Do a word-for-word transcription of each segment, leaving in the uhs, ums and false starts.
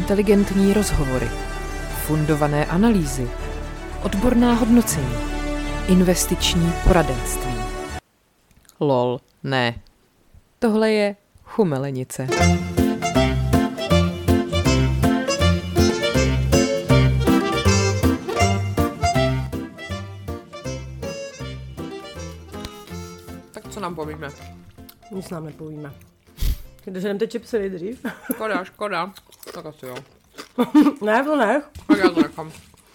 Inteligentní rozhovory, fundované analýzy, odborná hodnocení, investiční poradenství. Lol, ne. Tohle je chumelenice. Tak co nám povíme? Nic nám nepovíme. Když jdem ty čipsy nejdřív. Škoda, škoda. Tak asi jo. Ne, to nech. Tak já to nechám.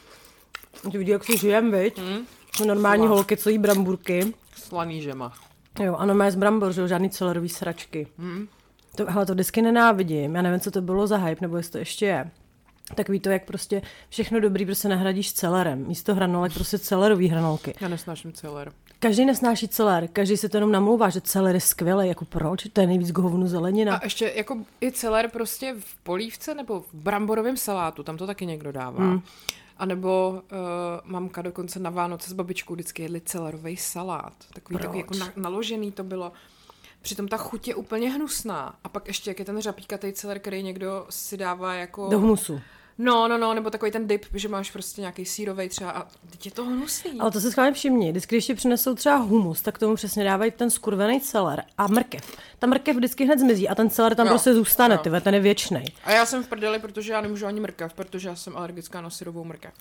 Ty vidí, jak si žijem, viď? Hmm? Jsme normální Slá. holky, co jí bramburky. Slaný žema. Jo, ano, má z brambor, že jo, žádný celerový sračky. Hmm? To, hele, to vždycky nenávidím. Já nevím, co to bylo za hype, nebo jestli to ještě je. Takový to, jak prostě všechno dobrý prostě nahradíš celerem. Místo hranolek prostě celerový hranolky. Já nesnáším celer. Každý nesnáší celer, každý se to jenom namlouvá, že celer je skvělý, jako proč? To je nejvíc k hovnu zelenina. A ještě jako i celer prostě v polívce nebo v bramborovém salátu, tam to taky někdo dává. Hmm. A nebo uh, mamka dokonce na Vánoce s babičkou vždycky jedli celerový salát. Takový, Proč? takový jako na, naložený to bylo. Přitom ta chuť je úplně hnusná. A pak ještě, jak je ten řapíkatej celer, který někdo si dává jako... Do humusu. No, no, no, nebo takový ten dip, že máš prostě nějaký sírovej třeba a teď je to hnusný. Ale to si schválně všimni, vždycky, když ti přinesou třeba humus, tak tomu přesně dávají ten skurvený celer a mrkev. Ta mrkev vždycky hned zmizí a ten celer tam jo, prostě zůstane, jo. tyve, ten je věčnej. A já jsem v prdeli, protože já nemůžu ani mrkev, protože já jsem alergická na syrovou mrkev.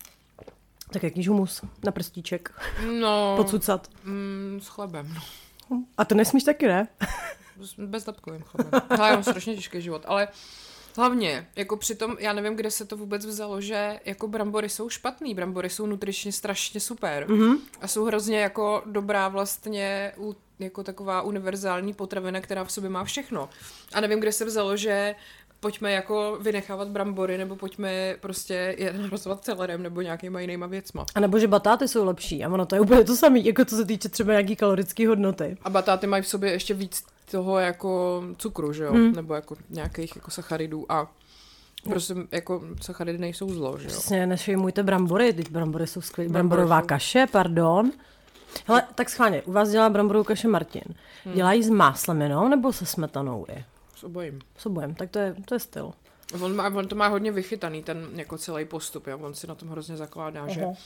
Tak jakýž humus na prstíček. No. Pocucat. Mm, s chlebem, no. A to nesmíš taky, ne? S bezlepkovým chlebem. Hele, já mám strašně těžký život, ale hlavně, jako přitom, já nevím, kde se to vůbec vzalo, že jako brambory jsou špatný, brambory jsou nutričně strašně super Mm-hmm. a jsou hrozně jako dobrá vlastně jako taková univerzální potravina, která v sobě má všechno. A nevím, kde se vzalo, že pojďme jako vynechávat brambory, nebo pojďme prostě je nahrazovat celerem, nebo nějakýma jinýma věcma. A nebo že batáty jsou lepší a ono to je úplně to samé, jako co se týče třeba nějaký kalorické hodnoty. A batáty mají v sobě ještě víc toho jako cukru, že jo? Hmm. Nebo jako nějakých jako sacharidů a prostě jako sacharidy nejsou zlo, že jo? Přesně, nešejmujte brambory, teď brambory jsou skvělé. Bramborová kaše, pardon. Hele, tak schválně, u vás dělá bramborovou kaše Martin. Hmm. Dělají s máslem jenom, nebo se smetanou i? S obojím. S obojím, tak to je, to je styl. On, má, on to má hodně vychytaný, ten jako celý postup, jo? On si na tom hrozně zakládá, uh-huh. že uh,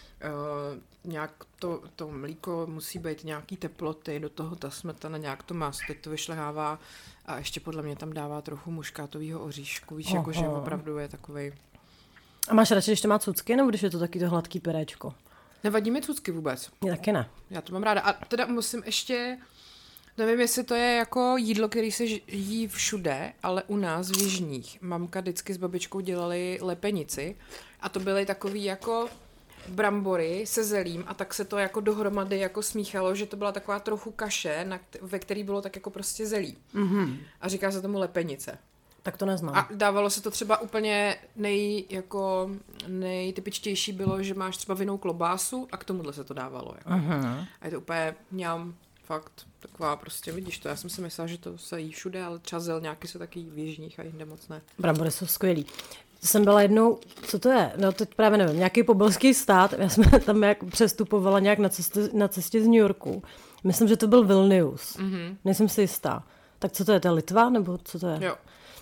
nějak to, to mlíko musí být nějaký teploty, do toho ta smetana, nějak to máslo, teď to vyšlehává a ještě podle mě tam dává trochu muškátovýho oříšku, víš, uh-huh. jako že opravdu je takovej. A máš radši, když to má cucky, nebo když je to taky to hladký pyréčko? Nevadí mi cucky vůbec. Mě taky ne. Já to mám ráda. A teda musím ještě, nevím, jestli to je jako jídlo, který se jí všude, ale u nás v Jižních. Mamka vždycky s babičkou dělali lepenici a to byly takový jako brambory se zelím a tak se to jako dohromady jako smíchalo, že to byla taková trochu kaše, na, ve který bylo tak jako prostě zelí. Mm-hmm. A říká se tomu lepenice. Tak to neznám. A dávalo se to třeba úplně nej, jako nejtypičtější bylo, že máš třeba vinnou klobásu a k tomuhle se to dávalo. Jako. Uh-huh. A je to úplně mňam, fakt taková prostě, vidíš to, já jsem si myslela, že to se jí všude, ale třeba zelňáky jsou taky v Jižních a jinde moc ne. Brambory jsou skvělý. Jsem byla jednou, co to je? No teď právě nevím, nějaký pobalský stát, já jsem tam jak přestupovala nějak na cestě, na cestě z New Yorku. Myslím, že to byl Vilnius. Mm-hmm. Nejsem si jistá. Tak co to je, to je Litva, nebo co to je? Jo.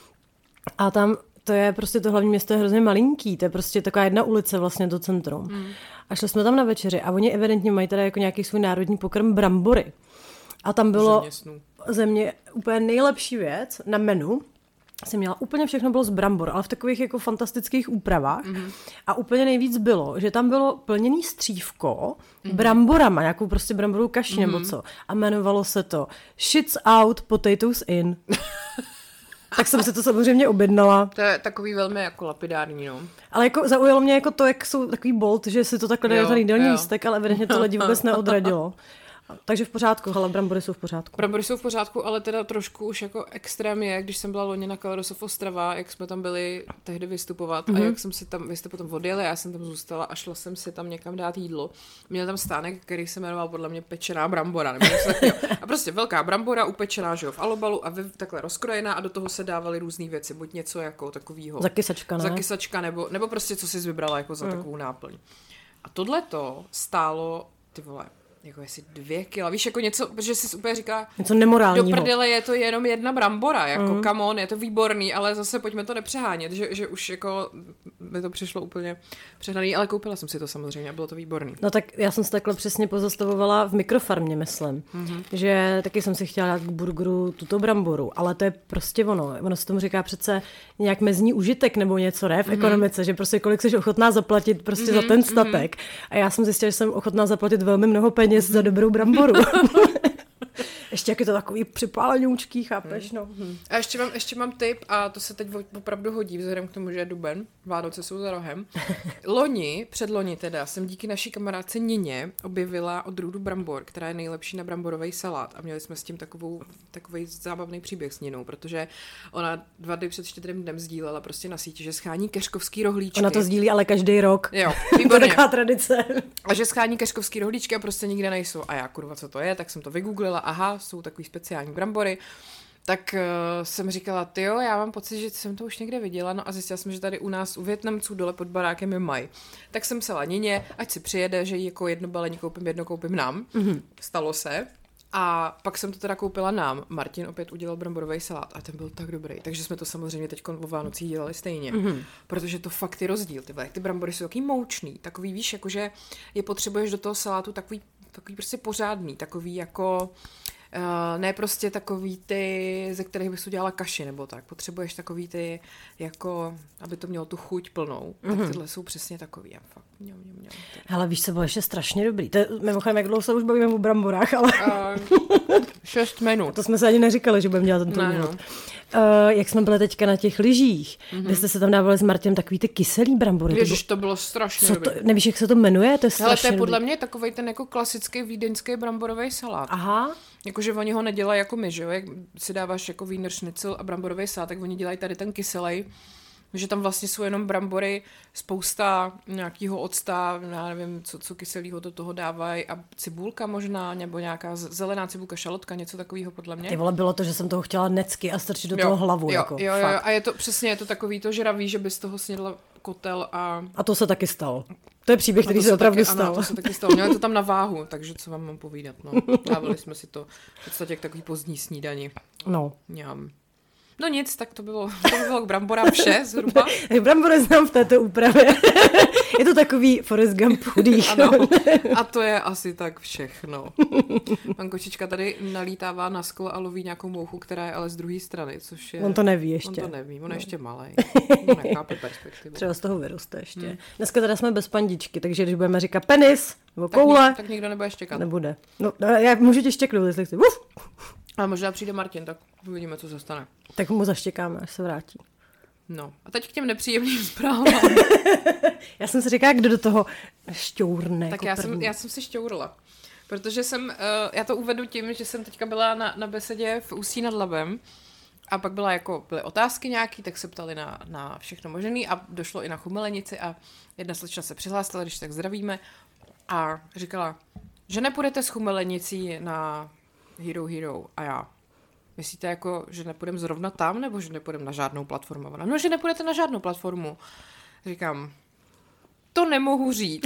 A tam to je prostě to hlavní město je hrozně malinký, to je prostě taková jedna ulice vlastně do centrum. Mm. A šli jsme tam na večeři a oni evidentně mají teda jako nějaký svůj národní pokrm brambory. A tam bylo země úplně nejlepší věc na menu. Jsem měla úplně všechno bylo z brambor, ale v takových jako fantastických úpravách. Mm-hmm. A úplně nejvíc bylo, že tam bylo plněný střívko mm-hmm. bramborama, nějakou prostě bramborovou kaši mm-hmm. nebo co. A jmenovalo se to Shits out, potatoes in. Tak jsem si to samozřejmě objednala. To je takový velmi jako lapidární, no. Ale jako zaujalo mě jako to, jak jsou takový bolt, že si to takhle dají ten jídelní lístek, ale evidentně to lidi vůbec neodradilo. Takže v pořádku, hele, brambory jsou v pořádku. Brambory jsou v pořádku, ale teda trošku už jako extrém je, když jsem byla loni na Kalerosov Ostrava, jak jsme tam byli tehdy vystupovat mm-hmm. a jak jsem si tam, vy jste potom odjeli a já jsem tam zůstala a šla jsem si tam někam dát jídlo. Měl tam stánek, který se jmenoval podle mě pečená brambora, nebo něco takového. A prostě velká brambora upečená, že jo, v alobalu a vy, takhle rozkrojená a do toho se dávaly různé věci, buď něco jako takovýho. Zakysačka, ne? Zakysačka, nebo, nebo prostě co jsi vybrala jako za mm. takovou náplň. A tohleto stálo, ty vole, jako jestli dvě kila, víš, jako něco, protože jsi úplně říká, něco nemorálního. Do prdele je to jenom jedna brambora, jako mm. come on, je to výborný, ale zase pojďme to nepřehánět, že, že už jako by to přišlo úplně přehnaný, ale koupila jsem si to samozřejmě a bylo to výborný. No tak já jsem se takhle přesně pozastavovala v mikrofarmě, myslím, mm-hmm. že taky jsem si chtěla dát k burgeru tuto bramboru, ale to je prostě ono, ono se tomu říká přece nějak mezní užitek nebo něco, ne, v mm-hmm. ekonomice, že prostě kolik jsi ochotná zaplatit prostě mm-hmm. za ten statek mm-hmm. a já jsem zjistila, že jsem ochotná zaplatit velmi mnoho peněz za dobrou bramboru. Ještě jak je to takový připálenoučký, chápeš, no. Hmm. A ještě mám, ještě mám tip, a to se teď opravdu hodí, vzhledem k tomu, že je duben, Vánoce jsou za rohem. Loni, předloni teda, jsem díky naší kamarádce Nině objevila odrůdu brambor, která je nejlepší na bramborový salát. A měli jsme s tím takovou, takový zábavný příběh s Ninou, protože ona dva dny před čtyřem dnem sdílela prostě na síti, že schání keřkovský rohlíčky. Ona to sdílí ale každý rok. Jo, výborně. To je taková tradice. A že schání keřkovský rohlíčky a prostě nikde nejsou. A já, kurva, co to je, tak jsem to vygooglila, aha, jsou takový speciální brambory. Tak uh, jsem říkala, tyjo, já mám pocit, že jsem to už někde viděla, no a zjistila jsem, že tady u nás u Vietnamců dole pod barákem je mají. Tak jsem psala Nině, ať si přijede, že jí jako jedno balení koupím, jedno koupím nám. Mm-hmm. Stalo se. A pak jsem to teda koupila nám. Martin opět udělal bramborový salát a ten byl tak dobrý. Takže jsme to samozřejmě teď o Vánocích dělali stejně. Mm-hmm. Protože to fakt je rozdíl. Ty, ty brambory jsou takový moučný, takový, víš, jakože je potřebuješ do toho salátu takový, takový prostě pořádný, takový jako... Uh, ne prostě takový ty, ze kterých bys udělala kaši nebo tak. Potřebuješ takový ty, jako, aby to mělo tu chuť plnou. Mm-hmm. Tak tyhle jsou přesně takový. Fakt, mňam, mňam, mňam. Hele, víš, co bylo ještě strašně dobrý. To je, mimochodem, jak dlouho se už bavíme o bramborách, ale... Uh, šest minut. To jsme se ani neříkali, že budeme dělat tento ne, minut. No. Uh, jak jsme byli teďka na těch lyžích, mm-hmm. kde jste se tam dávali s Martinem takový ty kyselý brambory. Ježiš, to bylo strašně co dobrý. To, nevíš, jak se to jmenuje? To je strašně Hele, to je podle dobrý. mě takovej ten jako klasický vídeňský bramborový salát. Aha. Jakože oni ho nedělají jako my, že jo? Jak si dáváš jako Wiener Schnitzel a bramborový salát, tak oni dělají tady ten kyselej, že tam vlastně jsou jenom brambory, spousta nějakého octa, já nevím, co, co kyselýho do toho dávají a cibulka možná, nebo nějaká zelená cibulka, šalotka, něco takového podle mě. Ty vole, bylo to, že jsem toho chtěla necky a strčit do jo, toho hlavu. Jo, jako, jo, jo, jo, a je to přesně, je to takový to žravý, že bys toho snědla kotel a... A to se taky stalo. To je příběh, který se opravdu taky, stal. Ano, to se taky stalo. Měli to tam na váhu, takže co vám mám povídat, no. Dávali jsme si to v podstatě k takový pozdní snídani. No. Mňam. No nic, tak to bylo, to by bylo k bramborám vše zhruba. Brambory znám v této úpravě. Je to takový Forrest Gump chudý. Ano, a to je asi tak všechno. Pan Kočička tady nalítává na sklo a loví nějakou mouchu, která je ale z druhé strany, což je... On to neví ještě. On to neví, on je ještě malej. On nechápe perspektivu. Třeba z toho vyroste ještě. Hmm. Dneska teda jsme bez pandičky, takže když budeme říkat penis nebo koule... Tak, nik, tak nikdo nebude štěkat. Nebude. No, já můžu tě štěknout, jestli chci. Uf! A možná přijde Martin, tak uvidíme, co se stane. Tak mu zaštěkáme, až se vrátí. No, a teď k těm nepříjemným zprávám. Já jsem si říkala, kdo do toho šťourne. Tak jako já jsem, já jsem si šťourla. Protože jsem, uh, já to uvedu tím, že jsem teďka byla na, na besedě v Ústí nad Labem a pak byla jako, byly otázky nějaký, tak se ptali na, na všechno možný a došlo i na chumelenici a jedna slečna se přihlásila, když tak zdravíme a říkala, že nepůjdete s chumelenicí na Hero Hero a já. Myslíte jako, že nepůjdeme zrovna tam, nebo že nepůjdeme na žádnou platformu? Ona, no, že nepůjdete na žádnou platformu. Říkám, to nemohu říct.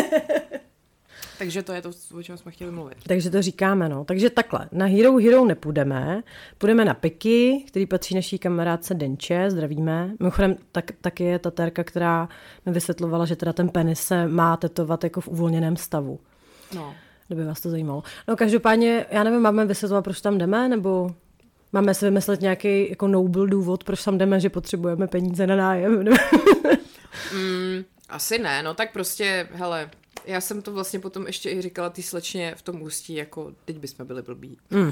Takže to je to, o čem jsme chtěli mluvit. Takže to říkáme, no. Takže takhle, na Hero Hero nepůjdeme, půjdeme na Piky, který patří naší kamarádce Denče, zdravíme. Mimochodem, tak, taky je tatérka, která mi vysvětlovala, že teda ten penis se má tetovat jako v uvolněném stavu. No. Kdyby vás to zajímalo. No každopádně, já nevím, máme vysvětlovat, proč tam jdeme, nebo máme si vymyslet nějaký jako noble důvod, proč tam jdeme, že potřebujeme peníze na nájem? mm, asi ne, no tak prostě, hele, já jsem to vlastně potom ještě i říkala ty slečně v tom Ústí, jako teď bychom byli blbí. Mm.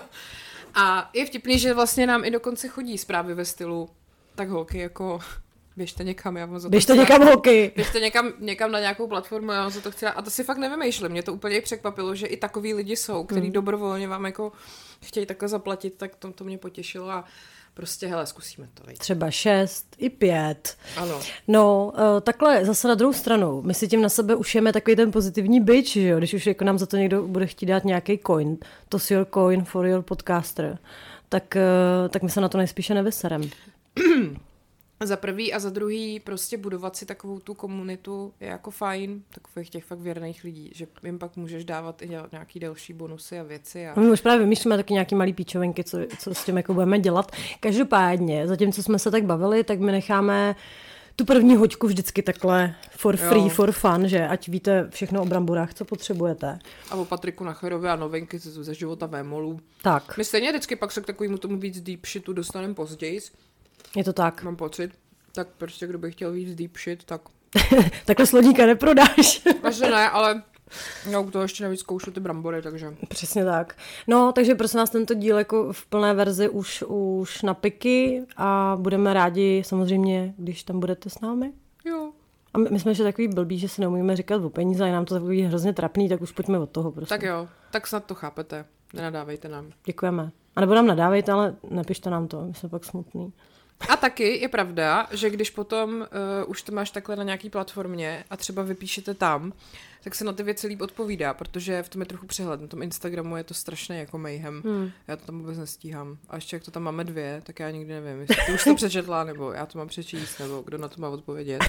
A je vtipný, že vlastně nám i dokonce chodí zprávy ve stylu, tak holky, jako... Běžte někam, já vám za to Běžte někam, holky. Běžte někam, někam na nějakou platformu, já vám za to chci. A to si fakt nevymýšlím. Mě to úplně i překvapilo, že i takový lidi jsou, kteří hmm. dobrovolně vám jako chtějí takhle zaplatit, tak to, to mě potěšilo a prostě, hele, zkusíme to. Veď. Třeba šest i pět. Ano. No, uh, takhle zase na druhou stranu. My si tím na sebe ušijeme takový ten pozitivní bitch, že jo? Když už jako nám za to někdo bude chtít dát nějaký coin, toss your coin for your podcaster, tak, uh, tak my se na to nejspíše nevyserem. za prvý a za druhý prostě budovat si takovou tu komunitu je jako fajn, takových těch fakt věrných lidí, že jim pak můžeš dávat i dělat nějaký další bonusy a věci. A... My už právě vymýšlíme taky nějaký malý píčovinky, co, co s tím jako budeme dělat. Každopádně, zatímco jsme se tak bavili, tak my necháme tu první hoďku vždycky takhle for free, jo. for fun, že ať víte všechno o bramborách, co potřebujete. A o Patriku Nacherovi a novinky ze života vémolů. Tak. My stejně vždycky pak se k takovému tomu víc deep shitu dostaneme později. Je to tak. Mám pocit. Tak prostě, kdo by chtěl víc deep shit, tak... Takhle slodníka neprodáš. Vlastně ne, ale já u toho ještě navíc zkoušu ty brambory, takže... Přesně tak. No, takže prosím vás, tento díl jako v plné verzi už, už na piky a budeme rádi samozřejmě, když tam budete s námi. Jo. A my, my jsme ještě takový blbí, že si neumíme říkat o peníze a je nám to takový hrozně trapný, tak už pojďme od toho, prostě. Tak jo, tak snad to chápete. Nenadávejte nám. Děkujeme. A nebo nám nadávejte, ale nepište nám to, my jsme pak smutný. A taky je pravda, že když potom uh, už to máš takhle na nějaký platformě a třeba vypíšete tam, tak se na ty věci líp odpovídá, protože v tom je trochu přehled. Na tom Instagramu je to strašně jako mayhem. Hmm. Já to tam vůbec nestíhám. A ještě jak to tam máme dvě, tak já nikdy nevím, jestli ty už to přečetla, nebo já to mám přečíst, nebo kdo na to má odpovědět.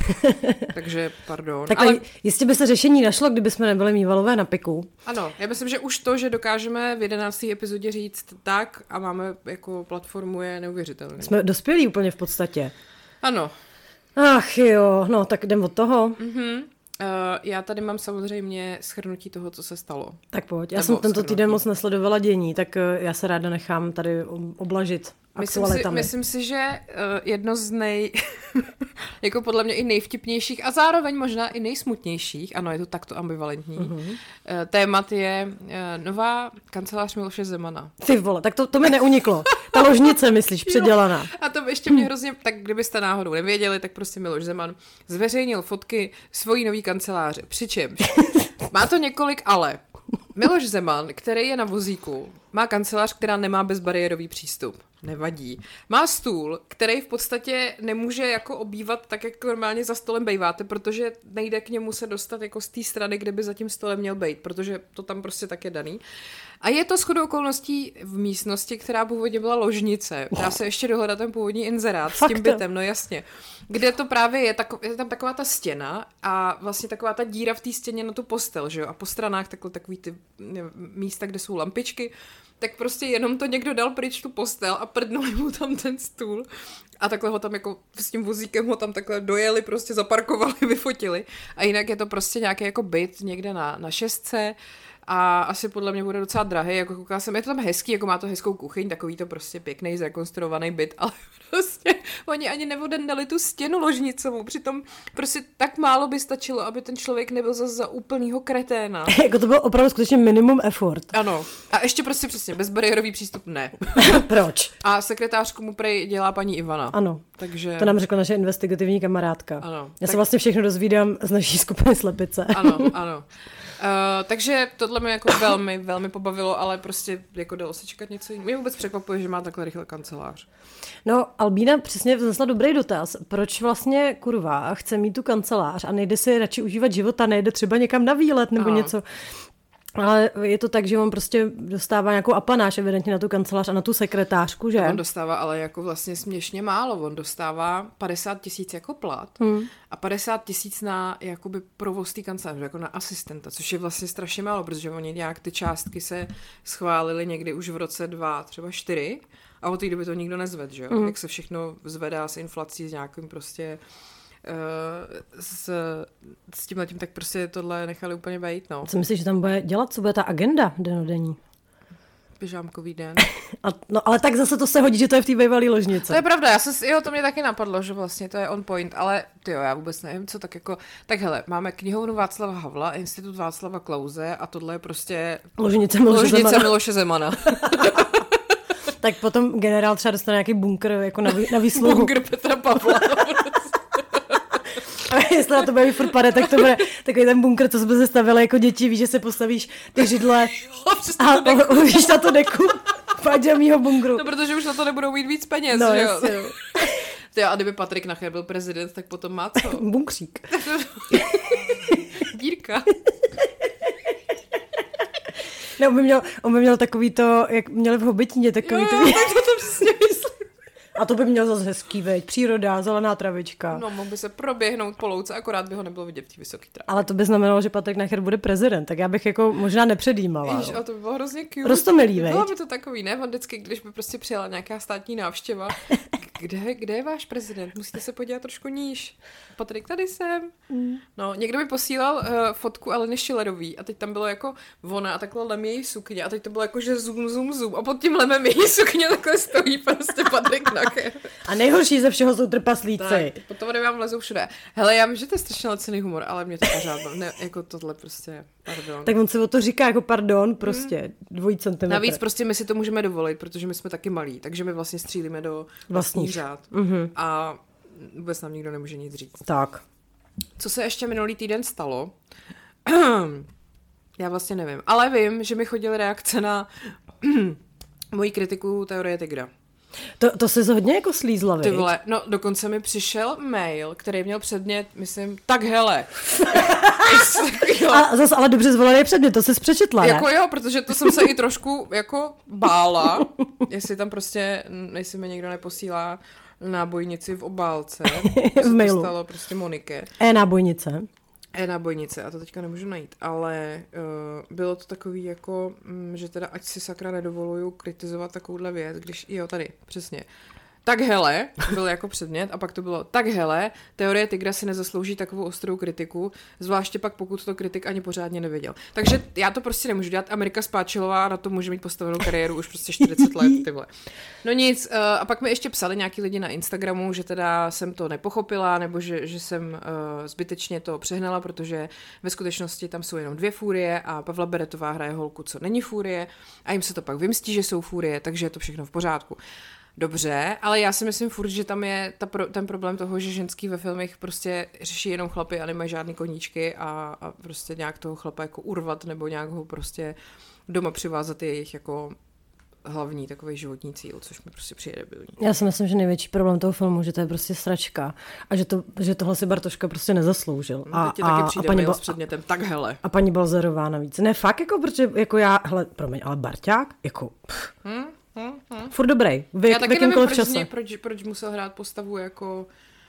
Takže pardon. Tak ale jistě by se řešení našlo, kdyby jsme nebyli mývalové na piku. Ano, já myslím, že už to, že dokážeme v jedenácté epizodě říct tak a máme jako platformu, je neuvěřitelné. Jsme dospělí úplně v podstatě. Ano. Ach jo, no tak jdem od toho. Mhm. Uh, já tady mám samozřejmě shrnutí toho, co se stalo. Tak pojď. Já Nebo jsem tento shrnutí. týden moc nesledovala dění, tak uh, já se ráda nechám tady oblažit myslím si, myslím si, že uh, jedno z nej... jako podle mě i nejvtipnějších a zároveň možná i nejsmutnějších, ano, je to takto ambivalentní, uh-huh. uh, témat je uh, nová kancelář Miloše Zemana. Ty vole, tak to, to mi neuniklo. Ta ložnice, myslíš, předělaná. A to ještě mě hrozně, tak kdybyste náhodou nevěděli, tak prostě Miloš Zeman zveřejnil fotky svojí nový kanceláře. Přičemž má to několik ale. Miloš Zeman, který je na vozíku, má kancelář, která nemá bezbariérový přístup. Nevadí. Má stůl, který v podstatě nemůže jako obývat tak, jak normálně za stolem bejváte, protože nejde k němu se dostat jako z té strany, kde by za tím stolem měl bejt, protože to tam prostě tak je daný. A je to shodou okolností v místnosti, která původně byla ložnice. Dá se ještě dohledat ten původní inzerát s tím bytem, no jasně. Kde to právě je, tako, je tam taková ta stěna a vlastně taková ta díra v té stěně na tu postel, že jo? A po stranách takhle takový ty místa, kde jsou lampičky, tak prostě jenom to někdo dal pryč tu postel a prdnuli mu tam ten stůl a takhle ho tam jako s tím vozíkem ho tam takhle dojeli, prostě zaparkovali, vyfotili a jinak je to prostě nějaký jako byt někde na, na šestce a asi podle mě bude docela drahý, jako koukala jsem, je to tam hezký, jako má to hezkou kuchyň, takový to prostě pěkný, zrekonstruovaný byt, ale prostě oni ani neodendali tu stěnu ložnicovou, přitom prostě tak málo by stačilo, aby ten člověk nebyl zase za úplnýho kreténa. Jako to bylo opravdu skutečně minimum effort. Ano. A ještě prostě přesně, bezbariérový přístup ne. Proč? A sekretářku mu prej dělá paní Ivana. Ano. Takže... To nám řekla naše investigativní kamarádka. Ano. Já tak... se vlastně všechno dozvídám z naší skupiny Slepice. Ano, ano. Uh, takže tohle mě jako velmi, velmi pobavilo, ale prostě jako dalo se čekat něco jiného. Mě vůbec překvapuje, že má takhle rychle kancelář. No, Albína přesně vznesla dobrý dotaz. Proč vlastně kurva chce mít tu kancelář a nejde si radši užívat života, nejde třeba někam na výlet nebo Aha. něco. Ale je to tak, že on prostě dostává nějakou apanáž evidentně na tu kancelář a na tu sekretářku, že? On dostává ale jako vlastně směšně málo. On dostává padesát tisíc jako plat hmm. a padesát tisíc na jakoby provoz té kanceláře, jako na asistenta, což je vlastně strašně málo, protože oni nějak ty částky se schválili někdy už v roce dva, třeba čtyři a od té doby to nikdo nezved, že jo? Hmm. Jak se všechno zvedá s inflací, s nějakým prostě S, s tímhletím, tak prostě tohle nechali úplně bejt, no. Co myslíš, že tam bude dělat? Co bude ta agenda denodenní? Pyžámkový den. A, no ale tak zase to se hodí, že to je v té bývalé ložnice. To je pravda, já se, jo, to mě taky napadlo, že vlastně to je on point, ale tyjo, já vůbec nevím, co tak jako, tak hele, máme knihovnu Václava Havla, Institut Václava Klause a tohle je prostě ložnice Miloše ložnice Zemana. Miloše Zemana. Tak potom generál třeba dostane nějaký bunkr jako na, vý, na výsluhu. Bunkr Petra Pavla. A jestli na to bude furt pade, tak to bude takový ten bunkr, co jsme se stavili jako děti, víš, že se postavíš ty židle a uvidíš na to deku pádžamýho bunkru. No, protože už na to nebudou mít víc peněz, no, že jo? jo. Tyjo, a kdyby Patrik Nacher byl prezident, tak potom má co? Bunkřík. Dírka. Ne, on by měl, on by měl takový to, jak měli v Hobitině, takový jo, to. Jo, tak to přesně myslím. A to by měl zase hezký, veď, příroda, zelená travička. No, mohl by se proběhnout po louce, akorát by ho nebylo vidět v té vysoké trávě. Ale to by znamenalo, že Patrik Nacher bude prezident, tak já bych jako možná nepředjímala. Jež, a to by bylo hrozně cute. Roztomilý, veď? Bylo by to takový, ne? On vždycky, když by prostě přijela nějaká státní návštěva, kde, kde je váš prezident? Musíte se podívat trošku níž. Patrik, tady jsem. Mm. No, někdo mi posílal uh, fotku Aleny Schillerový a teď tam bylo jako ona a takhle lem její sukně a teď to bylo jako, že zoom, zoom, zoom a pod tím lemem její sukně takhle stojí prostě Patrik Nacher. A nejhorší ze všeho jsou trpaslíci. Tak, potom vám lezou všude. Hele, já vím, že to je strašně laciný humor, ale mě to pořád, ne, jako tohle prostě, pardon. Tak on se o to říká jako pardon, prostě mm. dvojí centimetr. Navíc prostě my si to můžeme dovolit, protože my jsme taky malí, takže my vlastně střílíme do vlastních řád. Mm-hmm. A vůbec nám nikdo nemůže nic říct. Tak. Co se ještě minulý týden stalo? Já vlastně nevím. Ale vím, že mi chodily reakce na moji kritiku teorie tygra. To, to se hodně jako slízla, Ty vole, no dokonce mi přišel mail, který měl předmět, myslím, tak hele. A zase ale dobře zvolený předmět, to jsi přečetla, ne? Jako jo, protože to jsem se i trošku jako bála, jestli tam prostě, jestli mi někdo neposílá nábojnici v obálce. V mailu. To stalo prostě Monike. E-nábojnice. E-nábojnice, a to teďka nemůžu najít, ale uh, bylo to takový jako, um, že teda ať si sakra nedovoluju kritizovat takovouhle věc, když, jo, tady, přesně. Tak hele, byl jako předmět a pak to bylo, tak hele, teorie tygra si nezaslouží takovou ostrou kritiku, zvláště pak pokud to kritik ani pořádně nevěděl. Takže já to prostě nemůžu dělat, Amerika Spáčilová na to může mít postavenou kariéru už prostě čtyřicet let, ty vole. No nic, uh, a pak mi ještě psali nějaký lidi na Instagramu, že teda jsem to nepochopila, nebo že, že jsem uh, zbytečně to přehnala, protože ve skutečnosti tam jsou jenom dvě fúrie a Pavla Beretová hraje holku, co není fúrie a jim se to pak vymstí, že jsou fúrie, takže je to všechno v pořádku. Dobře, ale já si myslím furt, že tam je ta pro, ten problém toho, že ženský ve filmech prostě řeší jenom chlapy a nemají žádný koníčky a, a prostě nějak toho chlapa jako urvat nebo nějak ho prostě doma přivázat je jejich jako hlavní takový životní cíl, což mi prostě přijde debilní. Já si myslím, že největší problém toho filmu, že to je prostě sračka a že, to, že tohle si Bartoška prostě nezasloužil. A, a, taky přijde a paní Bal... s předmětem, tak hele. A paní Balzerová navíc. Ne, fakt jako, protože jako já, hele, promiň, ale Barťák, jako... Hmm? Hmm, hmm. Furt dobrý, v, já taky nevím, proč, čase. Mě, proč, proč musel hrát postavu jako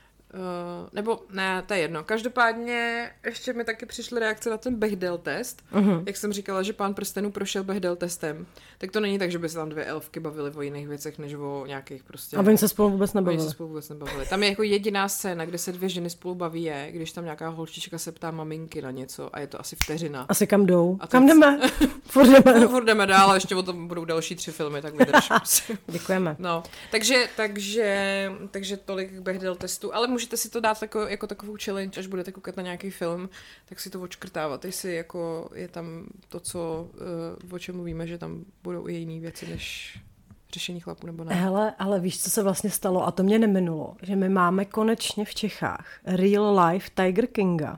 Uh, nebo ne, to je jedno. Každopádně ještě mi taky přišly reakce na ten Bechdel test. Uh-huh. Jak jsem říkala, že Pán prstenů prošel Bechdel testem, tak to není tak, že by se tam dvě elfky bavily o jiných věcech, než o nějakých prostě... A oni se spolu vůbec nebavili. Oni se spolu vůbec nebavili. Tam je jako jediná scéna, kde se dvě ženy spolu baví je, když tam nějaká holčička se ptá maminky na něco a je to asi vteřina. Asi kam jdou? A kam jdeme? Furt jdeme. Furt jdeme dál a ještě o tom budou další tři filmy, tak vydrž. Děkujeme. No, takže, takže, takže tolik k Bechdel testu, ale můžete si to dát jako, jako takovou challenge, až budete koukat na nějaký film, tak si to odškrtávat, jestli jako je tam to, co, uh, o čem mluvíme, že tam budou i jiné věci, než řešení chlapů, nebo ne. Hele, ale víš, co se vlastně stalo, a to mě neminulo, že my máme konečně v Čechách real life Tiger Kinga.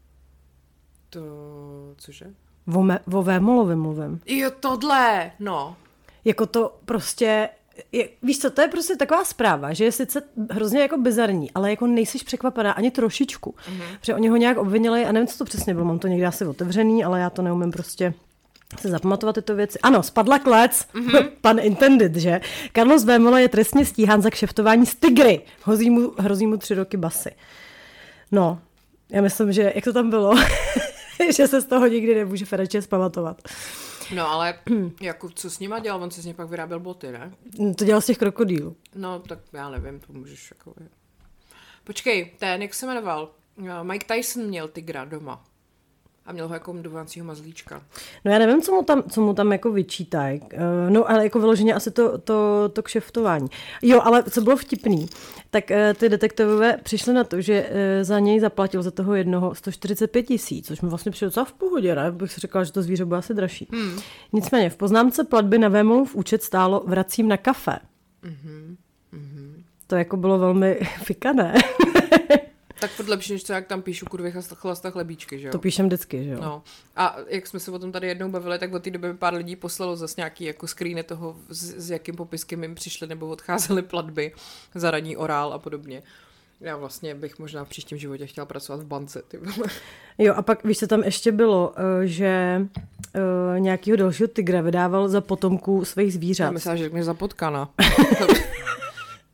To, cože? O, me, o Vémolovi mluvím. Jo, tohle, no. Jako to prostě... Je, víš co, to je prostě taková zpráva, že je sice hrozně jako bizarní, ale jako nejsiš překvapená ani trošičku. Mm-hmm. Protože oni ho nějak obvinili a nevím, co to přesně bylo, mám to někde asi otevřený, ale já to neumím prostě se zapamatovat tyto věci. Ano, spadla klec, mm-hmm. pan intended, že? Carlos Vémola je trestně stíhán za kšeftování s tygry. Hrozí mu, hrozí mu tři roky basy. No, já myslím, že jak to tam bylo, že se z toho nikdy nemůže Ferenčes zpamatovat. No ale jako co s nima dělal? On se z něj pak vyráběl boty, ne? To dělal z těch krokodýlů. No tak já nevím, to můžeš jako... Počkej, ten, jak se jmenoval? Mike Tyson měl tygra doma. A měl ho jako domácího mazlíčka. No já nevím, co mu tam, co mu tam jako vyčítají. Uh, no ale jako vyloženě asi to, to, to kšeftování. Jo, ale co bylo vtipný, tak uh, ty detektivové přišli na to, že uh, za něj zaplatil za toho jednoho sto čtyřicet pět tisíc, což mi vlastně přišlo docela v pohodě, ne? Bych si řekla, že to zvíře bude asi dražší. Hmm. Nicméně v poznámce platby na Vémolův účet stálo vracím na kafe. Mm-hmm. Mm-hmm. To jako bylo velmi fikané. Tak furt lepší, než to, jak tam píšu kurvy chlasta chlebíčky, že jo? To píšem vždycky, že jo? No. A jak jsme se o tom tady jednou bavili, tak od té doby pár lidí poslalo zase nějaký jako screeny toho, s, s jakým popiskem jim přišly nebo odcházely platby za ranní orál a podobně. Já vlastně bych možná v příštím životě chtěla pracovat v bance. Ty vole. Jo, a pak víš, co tam ještě bylo, že uh, nějakýho dalšího tygra vydával za potomků svých zvířat. Já myslím, že řekneš za potkana.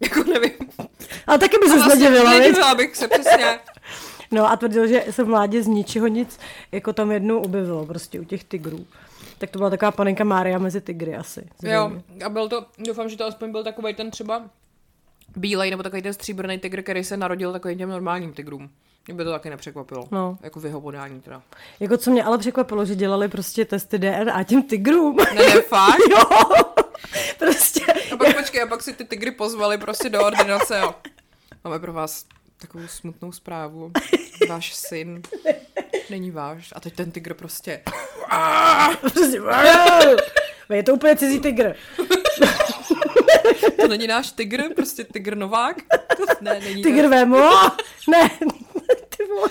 Jako nevím. Ale taky by se vlastně nedivila, nedivila bych se, přesně. No a tvrdil, že se v mládě z ničeho nic jako tam jednou objevilo prostě u těch tigrů. Tak to byla taková panenka Mária mezi tygry asi. Jo, a byl to, doufám, že to aspoň byl takovej ten třeba bílej nebo takový ten stříbrný tygr, který se narodil takovým těm normálním tigrům. Mě by to taky nepřekvapilo. No. Jako v jeho podání teda. Jako co mě ale překvapilo, že dělali prostě testy D N A těm tigrům. Ne, ne, fakt? Jo. Prostě. A pak počkej, a pak si ty tygry pozvali prostě do ordinace, jo. Máme pro vás takovou smutnou zprávu. Váš syn není váš. A teď ten tygr prostě... prostě je to úplně cizí tygr. To není náš tygr, prostě tygr Novák? Ne, není tygr Vémo? Ne. Ty vole.